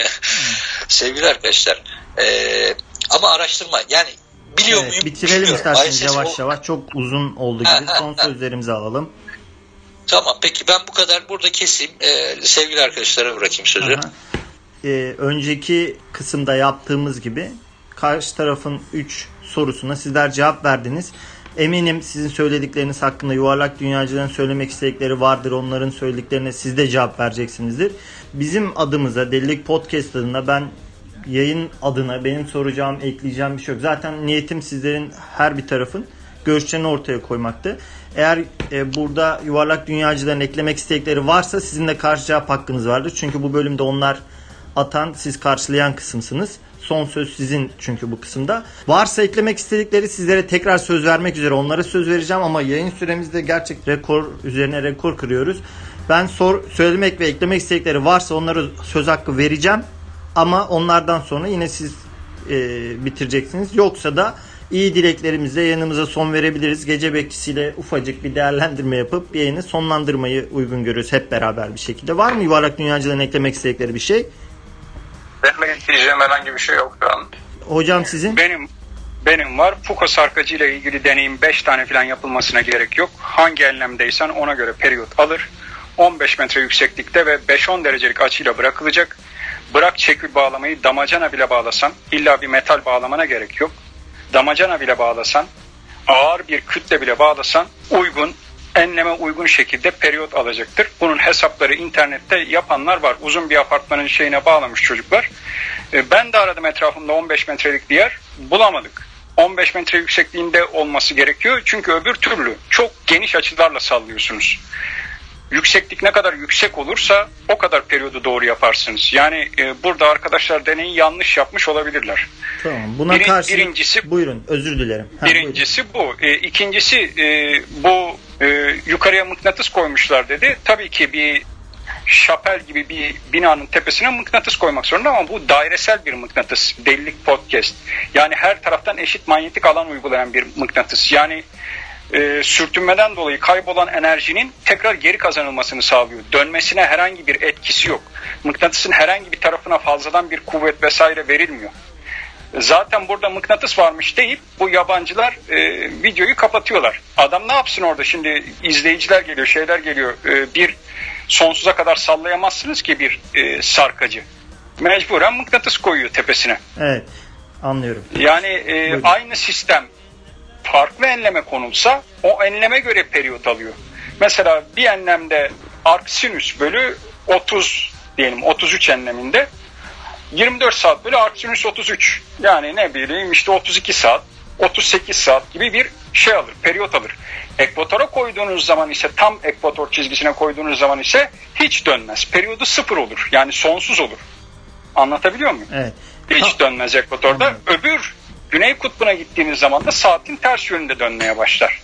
Sevgili arkadaşlar. Eee Ama araştırma yani biliyor evet, muyum? Bitirelim bilmiyorum. isterseniz I S S yavaş o... yavaş. Çok uzun oldu gibi. Ha, Son ha, sözlerimizi ha. alalım. Tamam peki ben bu kadar burada keseyim. Ee, sevgili arkadaşlara bırakayım sözü. Ee, önceki kısımda yaptığımız gibi karşı tarafın üç sorusuna sizler cevap verdiniz. Eminim sizin söyledikleriniz hakkında yuvarlak dünyacıların söylemek istedikleri vardır. Onların söylediklerine siz de cevap vereceksinizdir. Bizim adımıza Delilik Podcast adına ben yayın adına benim soracağım, ekleyeceğim bir şey yok. Zaten niyetim sizlerin her bir tarafın görüşlerini ortaya koymaktı. Eğer e, burada yuvarlak dünyacıların eklemek istedikleri varsa sizin de karşı cevap hakkınız vardır. Çünkü bu bölümde onlar atan, siz karşılayan kısımsınız. Son söz sizin çünkü bu kısımda. Varsa eklemek istedikleri, sizlere tekrar söz vermek üzere onlara söz vereceğim ama yayın süremizde gerçek rekor üzerine rekor kırıyoruz. Ben sor, söylemek ve eklemek istedikleri varsa onlara söz hakkı vereceğim. Ama onlardan sonra yine siz e, bitireceksiniz. Yoksa da iyi dileklerimizle yayınımıza son verebiliriz. Gece bekçisiyle ufacık bir değerlendirme yapıp yayını sonlandırmayı uygun görüyoruz hep beraber bir şekilde. Var mı yuvarlak dünyacıların eklemek istedikleri bir şey? Benim ekleyeceğim herhangi bir şey yok şu an. Hocam sizin? Benim benim var. Foucault sarkacı ile ilgili deneyim beş tane falan yapılmasına gerek yok. Hangi enlemdeysen ona göre periyot alır. on beş metre yükseklikte ve beş on derecelik açıyla bırakılacak. Bırak çekül bağlamayı damacana bile bağlasan, illa bir metal bağlamana gerek yok. Damacana bile bağlasan, ağır bir kütle bile bağlasan uygun, enleme uygun şekilde periyot alacaktır. Bunun hesapları internette yapanlar var. Uzun bir apartmanın şeyine bağlamış çocuklar. Ben de aradım etrafımda on beş metrelik bir yer, bulamadık. on beş metre yüksekliğinde olması gerekiyor. Çünkü öbür türlü çok geniş açılarla sallıyorsunuz. Yükseklik ne kadar yüksek olursa o kadar periyodu doğru yaparsınız. Yani e, burada arkadaşlar deneyi yanlış yapmış olabilirler. Tamam. Buna Birin, karşı birincisi, buyurun, özür dilerim. Ha, birincisi buyurun. bu. E, ikincisi e, bu e, yukarıya mıknatıs koymuşlar dedi. Tabii ki bir şapel gibi bir binanın tepesine mıknatıs koymak zorunda ama bu dairesel bir mıknatıs. Delilik podcast. Yani her taraftan eşit manyetik alan uygulayan bir mıknatıs. Yani E, sürtünmeden dolayı kaybolan enerjinin tekrar geri kazanılmasını sağlıyor. Dönmesine herhangi bir etkisi yok. Mıknatısın herhangi bir tarafına fazladan bir kuvvet vesaire verilmiyor. Zaten burada mıknatıs varmış deyip bu yabancılar e, videoyu kapatıyorlar. Adam ne yapsın orada şimdi, izleyiciler geliyor, şeyler geliyor. E, bir sonsuza kadar sallayamazsınız ki bir e, sarkacı. Mecburen mıknatıs koyuyor tepesine. Evet, anlıyorum. Yani e, aynı sistem farklı enleme konulsa o enleme göre periyot alıyor. Mesela bir enlemde arc sinüs bölü otuz diyelim, otuz üç enleminde yirmi dört saat bölü arc sinüs otuz üç. Yani ne bileyim işte otuz iki saat, otuz sekiz saat gibi bir şey alır, periyot alır. Ekvatora koyduğunuz zaman ise, tam ekvator çizgisine koyduğunuz zaman ise hiç dönmez. Periyodu sıfır olur. Yani sonsuz olur. Anlatabiliyor muyum? Evet. Hiç Ha. dönmez ekvatorda. Anladım. Öbür Güney kutbuna gittiğiniz zaman da saatin ters yönünde dönmeye başlar.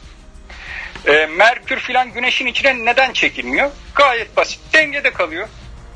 Ee, Merkür filan güneşin içine neden çekilmiyor? Gayet basit. Dengede kalıyor.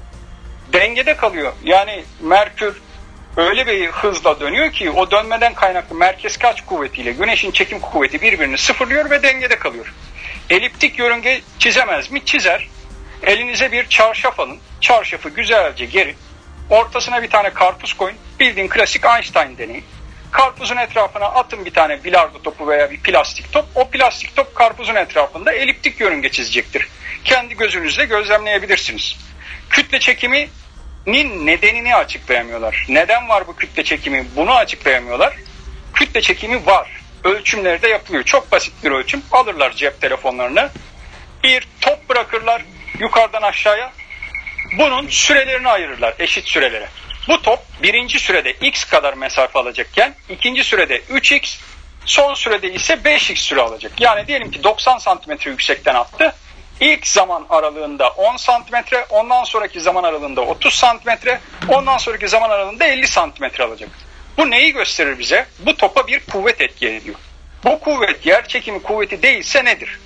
Dengede kalıyor. Yani Merkür öyle bir hızla dönüyor ki o dönmeden kaynaklı merkez kaç kuvvetiyle güneşin çekim kuvveti birbirini sıfırlıyor ve dengede kalıyor. Eliptik yörünge çizemez mi? Çizer. Elinize bir çarşaf alın. Çarşafı güzelce gerin. Ortasına bir tane karpuz koyun. Bildiğin klasik Einstein deneyi. Karpuzun etrafına atın bir tane bilardo topu veya bir plastik top. O plastik top karpuzun etrafında eliptik yörünge çizecektir. Kendi gözünüzle gözlemleyebilirsiniz. Kütle çekiminin nedenini açıklayamıyorlar. Neden var bu kütle çekimi? Bunu açıklayamıyorlar. Kütle çekimi var. Ölçümleri de yapılıyor. Çok basit bir ölçüm. Alırlar cep telefonlarını. Bir top bırakırlar yukarıdan aşağıya. Bunun sürelerini ayırırlar, eşit sürelere. Bu top birinci sürede x kadar mesafe alacakken ikinci sürede üç x, son sürede ise beş x süre alacak. Yani diyelim ki doksan santimetre yüksekten attı. İlk zaman aralığında on santimetre, ondan sonraki zaman aralığında otuz santimetre, ondan sonraki zaman aralığında elli santimetre alacak. Bu neyi gösterir bize? Bu topa bir kuvvet etki ediyor. Bu kuvvet yer çekimi kuvveti değilse nedir?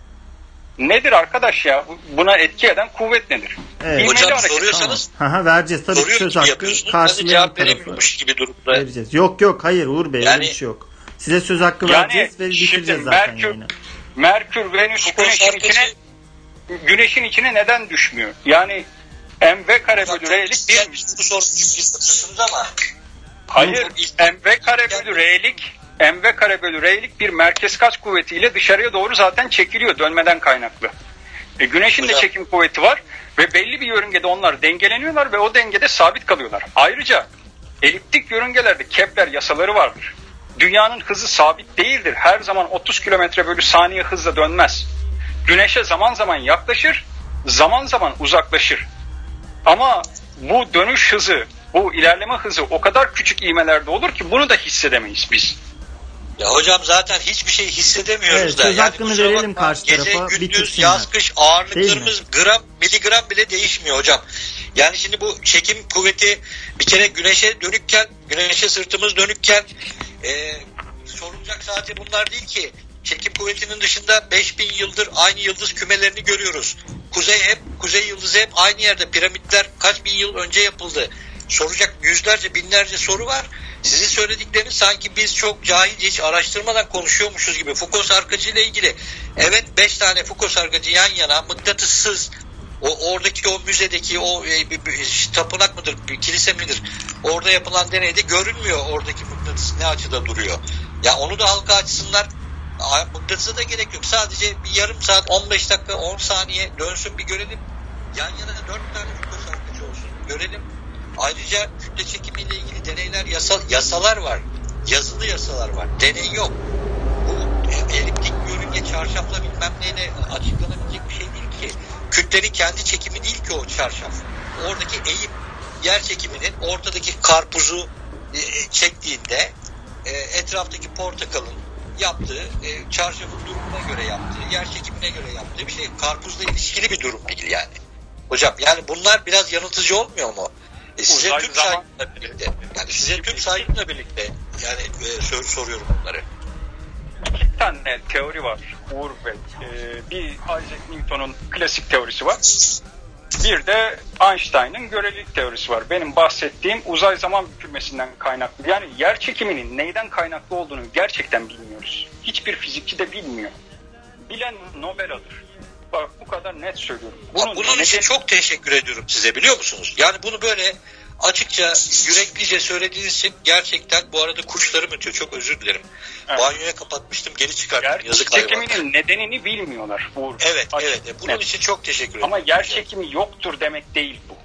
Nedir arkadaş ya? Buna etki eden kuvvet nedir? Evet. Hocam hareket. soruyorsanız Tamam. Aha, vereceğiz tabii, soruyoruz söz gibi hakkı yapıyorsunuz. Ben de karşılayan cevap tarafı veremiyormuş gibi durumda. vereceğiz. Yok yok, hayır Uğur Bey, Yani- öyle bir şey yok. Size söz hakkı Yani vereceğiz ve bitireceğiz şimdi zaten Merkür, yayını. Merkür, Venüs Bu güneşin sarkacı- içine güneşin içine neden düşmüyor? Yani mv kare bölü r'lik bir bir soru sormuşsunuz ama hayır mv kare bölü r'lik mv kare bölü r'lik bir merkez kaç kuvvetiyle dışarıya doğru zaten çekiliyor dönmeden kaynaklı. E, güneşin Hocam. de çekim kuvveti var ve belli bir yörüngede onlar dengeleniyorlar ve o dengede sabit kalıyorlar. Ayrıca eliptik yörüngelerde Kepler yasaları vardır. Dünyanın hızı sabit değildir. Her zaman otuz kilometre bölü saniye hızla dönmez. Güneşe zaman zaman yaklaşır, zaman zaman uzaklaşır. Ama bu dönüş hızı, bu ilerleme hızı o kadar küçük ivmelerde olur ki bunu da hissedemeyiz biz. ya hocam zaten hiçbir şey hissedemiyoruz Evet, da. söz hakkını kusura verelim bakma, karşı gece, tarafa, gündüz, bitirsinler. yaz, kış ağırlıklarımız gram, miligram bile değişmiyor hocam. Yani şimdi bu çekim kuvveti bir kere güneşe dönükken, güneşe sırtımız dönükken e, sorulacak sadece bunlar değil ki. Çekim kuvvetinin dışında beş bin yıldır aynı yıldız kümelerini görüyoruz. kuzey hep kuzey yıldızı hep aynı yerde. Piramitler kaç bin yıl önce yapıldı. Soracak yüzlerce binlerce soru var. Sizin söyledikleriniz sanki biz çok cahilce hiç araştırmadan konuşuyormuşuz gibi. Foucault sarkacı ile ilgili evet beş tane Foucault sarkacı yan yana mıknatıssız o oradaki o müzedeki o e, bir, bir, tapınak mıdır bir kilise midir orada yapılan deneyde görünmüyor oradaki mıknatıs ne açıda duruyor. Ya onu da halka açsınlar. Mıknatısa da gerek yok. Sadece bir yarım saat on beş dakika on saniye dönsün bir görelim. Yan yana da dört tane Foucault sarkacı olsun. Görelim. Ayrıca kütle çekimiyle ilgili deneyler, yasal, yasalar var. Yazılı yasalar var. Deney yok. Bu eliptik yörünge çarşafla bilmem neyle açıklanabilecek bir şey değil ki. Kütlenin kendi çekimi değil ki o çarşaf. Oradaki eğim yer çekiminin ortadaki karpuzu e, çektiğinde e, etraftaki portakalın yaptığı, e, çarşafın durumuna göre yaptığı, yer çekimine göre yaptığı bir şey. Karpuzla ilişkili bir durum değil yani. Hocam yani bunlar biraz yanıltıcı olmuyor mu? E size Uzay tüm zaman... saygımla birlikte, yani size tüm saygımla birlikte yani e, sor, soruyorum bunları. İki tane teori var Uğur Bey. Ee, bir Isaac Newton'un klasik teorisi var. Bir de Einstein'ın görelilik teorisi var. Benim bahsettiğim uzay zaman bükülmesinden kaynaklı. Yani yer çekiminin neyden kaynaklı olduğunu gerçekten bilmiyoruz. Hiçbir fizikçi de bilmiyor. Bilen Nobel alır. Bak bu kadar net söylüyorum. Bunun, Bunun için neden... çok teşekkür ediyorum size biliyor musunuz? Yani bunu böyle açıkça yüreklice söylediğiniz için gerçekten bu arada kuşlarım ötüyor. Çok özür dilerim. Evet. Banyoya kapatmıştım geri çıkarttım. Yer Yazık çekiminin hayvan. Nedenini bilmiyorlar Uğur. Evet Açık, evet. Bunun net. için çok teşekkür ederim. Ama yer çekimi yoktur demek değil bu.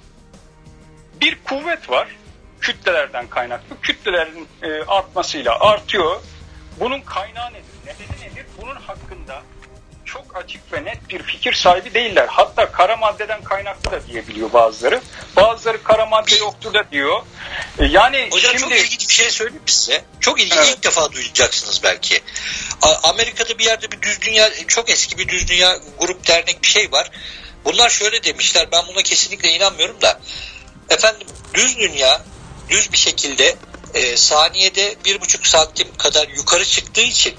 Bir kuvvet var. Kütlelerden kaynaklı. Kütlelerin e, artmasıyla artıyor. Bunun kaynağı nedir? Nedeni nedir? Bunun hakkında çok açık ve net bir fikir sahibi değiller. Hatta kara maddeden kaynaklı da diyebiliyor bazıları. Bazıları kara madde yoktur da diyor. E, yani hocam şimdi... çok ilginç bir şey söyleyeyim size. Çok ilginç. Evet. İlk defa duyacaksınız belki. Amerika'da bir yerde bir düz dünya, çok eski bir düz dünya grup dernek bir şey var. Bunlar şöyle demişler. Ben buna kesinlikle inanmıyorum da. Efendim düz dünya düz bir şekilde e, saniyede bir buçuk santim kadar yukarı çıktığı için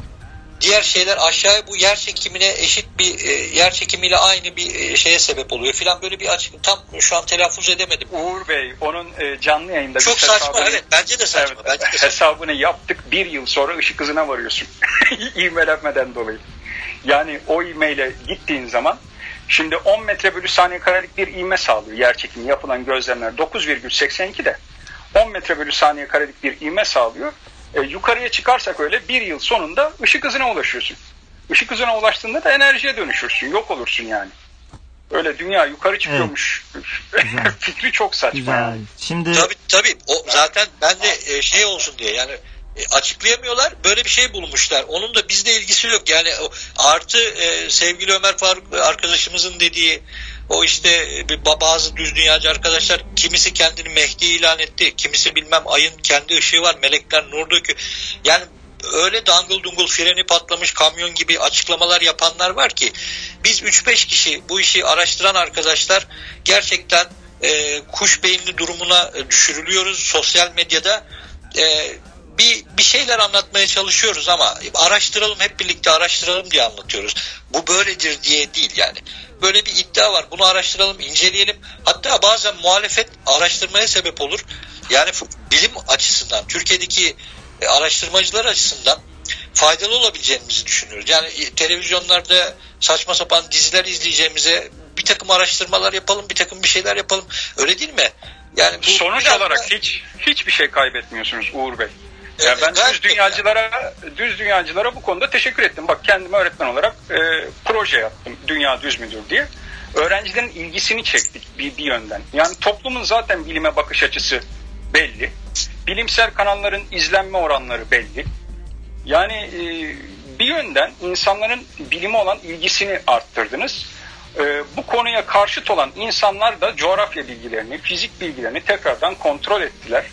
diğer şeyler aşağıya bu yer çekimine eşit bir e, yer çekimiyle aynı bir e, şeye sebep oluyor filan böyle bir açık tam şu an telaffuz edemedim. Uğur Bey onun e, canlı yayında çok saçma hesabını, evet bence de saçma. Evet, bence de saçma. Hesabını yaptık bir yıl sonra ışık hızına varıyorsun. İvmelenmeden dolayı. Yani o ivmeyle gittiğin zaman şimdi on metre bölü saniye karelik bir ivme sağlıyor yer çekimi yapılan gözlemler dokuz virgül seksen iki de on metre bölü saniye karelik bir ivme sağlıyor. E, yukarıya çıkarsak öyle bir yıl sonunda ışık hızına ulaşıyorsun. Işık hızına ulaştığında da enerjiye dönüşürsün. Yok olursun yani. Öyle dünya yukarı çıkıyormuş. Evet. Fikri çok saçma. Güzel. Yani. Şimdi... Tabii tabii. O, zaten ben de e, şey olsun diye yani e, açıklayamıyorlar. Böyle bir şey bulmuşlar. Onun da bizle ilgisi yok. Yani o, artı e, sevgili Ömer Faruk arkadaşımızın dediği o işte bazı düz dünyacı arkadaşlar kimisi kendini Mehdi ilan etti. Kimisi bilmem ayın kendi ışığı var. Melekler nur döküyor. Yani öyle dangıl dungul freni patlamış kamyon gibi açıklamalar yapanlar var ki biz üç beş kişi bu işi araştıran arkadaşlar gerçekten e, kuş beyinli durumuna düşürülüyoruz. Sosyal medyada e, bir bir şeyler anlatmaya çalışıyoruz ama araştıralım hep birlikte araştıralım diye anlatıyoruz. Bu böyledir diye değil yani. Böyle bir iddia var. Bunu araştıralım, inceleyelim. Hatta bazen muhalefet araştırmaya sebep olur. Yani bilim açısından, Türkiye'deki araştırmacılar açısından faydalı olabileceğimizi düşünüyoruz. Yani televizyonlarda saçma sapan diziler izleyeceğimize bir takım araştırmalar yapalım, bir takım bir şeyler yapalım. Öyle değil mi? Yani bu sonuç olarak da... hiç hiçbir şey kaybetmiyorsunuz Uğur Bey. Yani ben düz dünyacılara düz dünyacılara bu konuda teşekkür ettim. Bak kendim öğretmen olarak e, proje yaptım. Dünya düz müdür diye. Öğrencilerin ilgisini çektik bir, bir yönden. Yani toplumun zaten bilime bakış açısı belli. Bilimsel kanalların izlenme oranları belli. Yani e, bir yönden insanların bilime olan ilgisini arttırdınız. E, bu konuya karşıt olan insanlar da coğrafya bilgilerini, fizik bilgilerini tekrardan kontrol ettiler.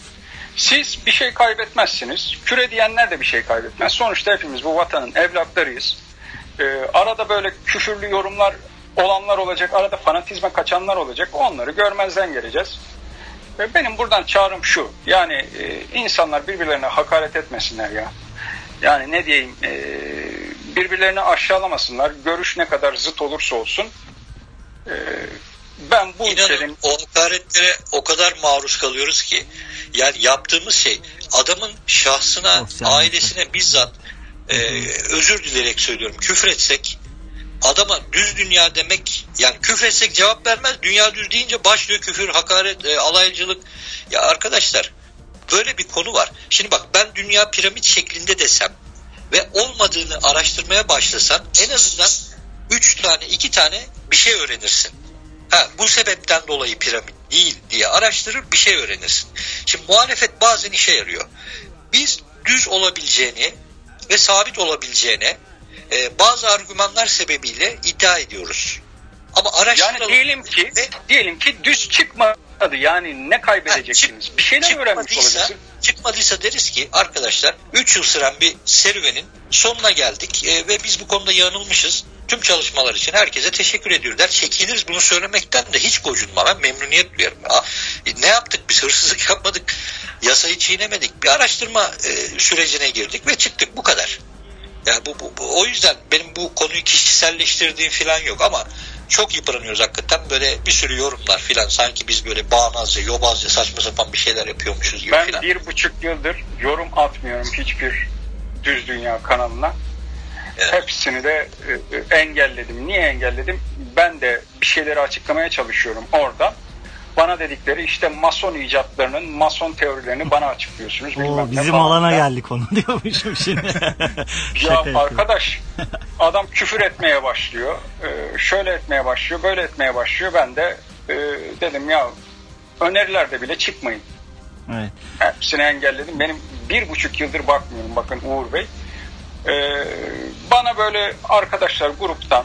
Siz bir şey kaybetmezsiniz. Küre diyenler de bir şey kaybetmez. Sonuçta hepimiz bu vatanın evlatlarıyız. Ee, arada böyle küfürlü yorumlar olanlar olacak. Arada fanatizme kaçanlar olacak. Onları görmezden geleceğiz. Ve benim buradan çağrım şu. Yani e, insanlar birbirlerine hakaret etmesinler ya. Yani ne diyeyim e, birbirlerini aşağılamasınlar. Görüş ne kadar zıt olursa olsun. Ee, ben bu İnanın ülkenin... o hakaretlere o kadar maruz kalıyoruz ki, yani yaptığımız şey adamın şahsına, Sosyal ailesine bizzat e, özür dileyerek söylüyorum, küfretsek adama düz dünya demek, yani küfretsek cevap vermez, dünya düz deyince başlıyor küfür, hakaret, e, alaycılık. Ya arkadaşlar, böyle bir konu var. Şimdi bak, ben dünya piramit şeklinde desem ve olmadığını araştırmaya başlasan en azından üç tane iki tane bir şey öğrenirsin. Ha, bu sebepten dolayı piramit değil diye araştırır, bir şey öğrenirsin. Şimdi muhalefet bazen işe yarıyor. Biz düz olabileceğini ve sabit olabileceğine e, bazı argümanlar sebebiyle iddia ediyoruz. Ama araştıralım. Yani diyelim ki ve, diyelim ki düz çıkmadı. Yani ne kaybedeceksiniz? Ha, çık, bir şeyler öğrenmiş çıkmadıysa, olacaksın. çıkmadıysa deriz ki arkadaşlar üç yıl süren bir serüvenin sonuna geldik e, ve biz bu konuda yanılmışız. Tüm çalışmalar için herkese teşekkür ediyoruz der. Çekiniriz, bunu söylemekten de hiç gocunmam. Ben memnuniyet duyarım. Ya, e, ne yaptık biz? Hırsızlık yapmadık. Yasayı çiğnemedik. Bir araştırma e, sürecine girdik ve çıktık. Bu kadar. Yani bu, bu, bu, o yüzden benim bu konuyu kişiselleştirdiğim falan yok ama çok yıpranıyoruz hakikaten. Böyle bir sürü yorumlar falan. Sanki biz böyle bağnazca, yobazca, saçma sapan bir şeyler yapıyormuşuz gibi Ben falan. bir buçuk yıldır yorum atmıyorum hiçbir Düz Dünya kanalına. Evet. Hepsini de e, engelledim. Niye engelledim? Ben de bir şeyleri açıklamaya çalışıyorum orada. Bana dedikleri işte mason icatlarının, mason teorilerini bana açıklıyorsunuz. Oo, bilmem ne bizim falan alana filan. geldi konu diyormuşum şimdi. Ya Şaka yapıyorum. arkadaş, adam küfür etmeye başlıyor. Ee, şöyle etmeye başlıyor, böyle etmeye başlıyor. Ben de e, dedim ya önerilerde bile çıkmayın. Evet. Hepsini engelledim. Benim bir buçuk yıldır bakmıyorum. Bakın Uğur Bey. Ee, bana böyle arkadaşlar gruptan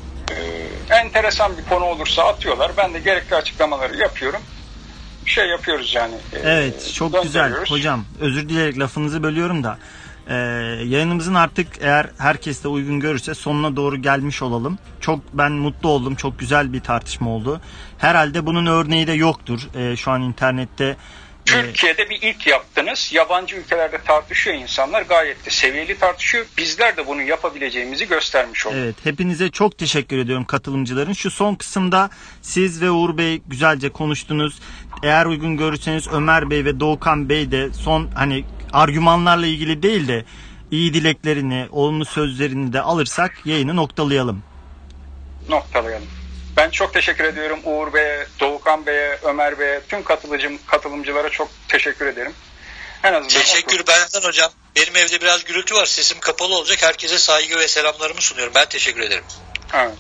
e, enteresan bir konu olursa atıyorlar. Ben de gerekli açıklamaları yapıyorum. Şey yapıyoruz yani. E, Evet, çok güzel gönderiyoruz. hocam. Özür dileyerek lafınızı bölüyorum da e, yayınımızın artık eğer herkes de uygun görürse sonuna doğru gelmiş olalım. Çok ben mutlu oldum. Çok güzel bir tartışma oldu. Herhalde bunun örneği de yoktur. E, şu an internette Türkiye'de bir ilk yaptınız. Yabancı ülkelerde tartışıyor insanlar. Gayet de seviyeli tartışıyor. Bizler de bunu yapabileceğimizi göstermiş olduk. Evet, hepinize çok teşekkür ediyorum katılımcıların. Şu son kısımda siz ve Uğur Bey güzelce konuştunuz. Eğer uygun görürseniz Ömer Bey ve Doğukan Bey de son hani argümanlarla ilgili değil de iyi dileklerini, olumlu sözlerini de alırsak yayını noktalayalım. Noktalayalım. Ben çok teşekkür ediyorum Uğur Bey'e, Doğukan Bey'e, Ömer Bey'e, tüm katılıcım, katılımcılara çok teşekkür ederim. En azından Teşekkür otur. benden hocam. Benim evde biraz gürültü var. Sesim kapalı olacak. Herkese saygı ve selamlarımı sunuyorum. Ben teşekkür ederim. Evet.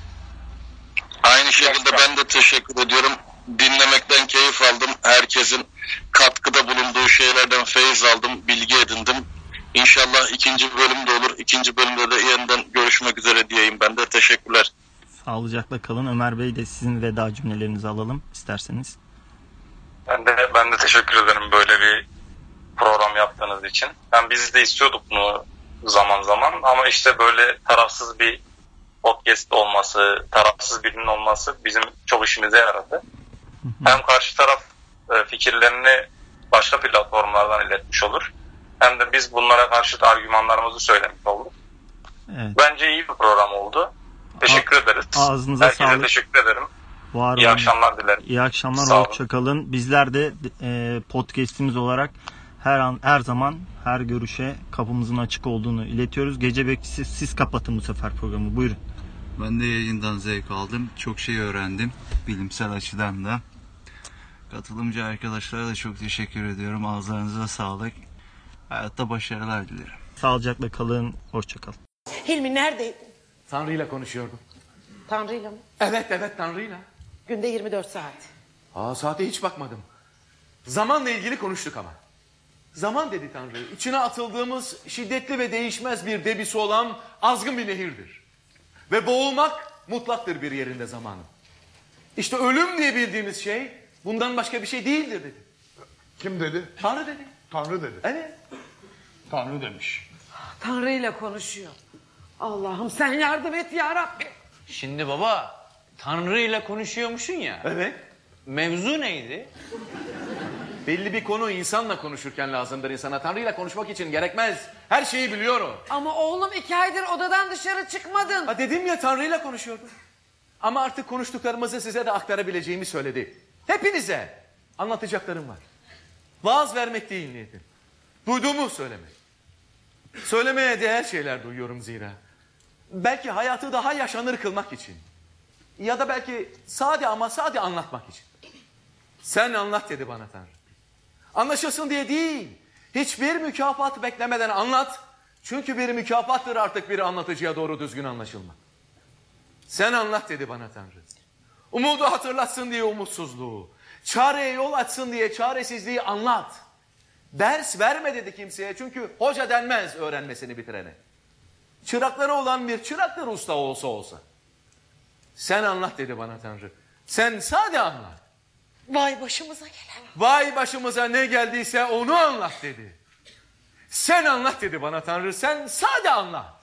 Aynı şekilde ben de teşekkür ediyorum. Dinlemekten keyif aldım. Herkesin katkıda bulunduğu şeylerden feyiz aldım, bilgi edindim. İnşallah ikinci bölüm de olur. İkinci bölümde de yeniden görüşmek üzere diyeyim. Ben de teşekkürler. Sağlıcakla kalın. Ömer Bey de sizin veda cümlelerinizi alalım isterseniz. Ben de ben de teşekkür ederim böyle bir program yaptığınız için. Ben biz de istiyorduk bunu zaman zaman ama işte böyle tarafsız bir podcast olması, tarafsız birinin olması bizim çok işimize yaradı. Hı hı. Hem karşı taraf e, fikirlerini başka platformlardan iletmiş olur. Hem de biz bunlara karşı argümanlarımızı söylemiş olduk. Evet. Bence iyi bir program oldu. Teşekkür A- ederiz. ağzınıza Herkese sağlık. teşekkür ederim. Var İyi olun. akşamlar dilerim. İyi akşamlar, Sağ olun. hoşça kalın. Bizler de e, podcast'imiz olarak her an her zaman her görüşe kapımızın açık olduğunu iletiyoruz. Gece bekçisi siz kapatın bu sefer programı. Buyurun. Ben de yayından zevk aldım. Çok şey öğrendim. Bilimsel açıdan da. Katılımcı arkadaşlara da çok teşekkür ediyorum. Ağızlarınıza sağlık. Hayatta başarılar dilerim. Sağlıcakla kalın. Hoşça kalın. Hilmi neredeydin? Tanrı'yla konuşuyordum. Tanrı'yla mı? Evet evet Tanrı'yla. Günde yirmi dört saat. Aa saate hiç bakmadım. Zamanla ilgili konuştuk ama. Zaman dedi Tanrı, içine atıldığımız şiddetli ve değişmez bir debisi olan azgın bir nehirdir. Ve boğulmak mutlaktır bir yerinde zamanın. İşte ölüm diye bildiğimiz şey bundan başka bir şey değildir dedi. Kim dedi? Tanrı dedi. Tanrı dedi. Evet. Tanrı demiş. Tanrı'yla konuşuyor. Allah'ım sen yardım et ya Rabbi. Şimdi baba Tanrı'yla konuşuyormuşsun ya. Evet. Mevzu neydi? Belli bir konu insanla konuşurken lazımdır insana. Tanrı'yla konuşmak için gerekmez. Her şeyi biliyor o. Ama oğlum iki aydır odadan dışarı çıkmadın. Ha dedim ya Tanrı'yla konuşuyordum. Ama artık konuştuklarımızı size de aktarabileceğimi söyledi. Hepinize anlatacaklarım var. Vaaz vermek değil niyetim. Duyduğumu söylemek. Söylemeye değer şeyler duyuyorum zira. Belki hayatı daha yaşanır kılmak için. Ya da belki sade ama sade anlatmak için. Sen anlat dedi bana Tanrı. Anlaşılsın diye değil. Hiçbir mükafat beklemeden anlat. Çünkü bir mükafattır artık bir anlatıcıya doğru düzgün anlaşılmak. Sen anlat dedi bana Tanrı. Umudu hatırlatsın diye umutsuzluğu. Çareye yol açsın diye çaresizliği anlat. Ders verme dedi kimseye. Çünkü hoca denmez öğrenmesini bitirene. Çırakları olan bir çıraktır usta olsa olsa. Sen anlat dedi bana Tanrı. Sen sade anlat. Vay başımıza gelen. Vay başımıza ne geldiyse onu anlat dedi. Sen anlat dedi bana Tanrı. Sen sade anlat.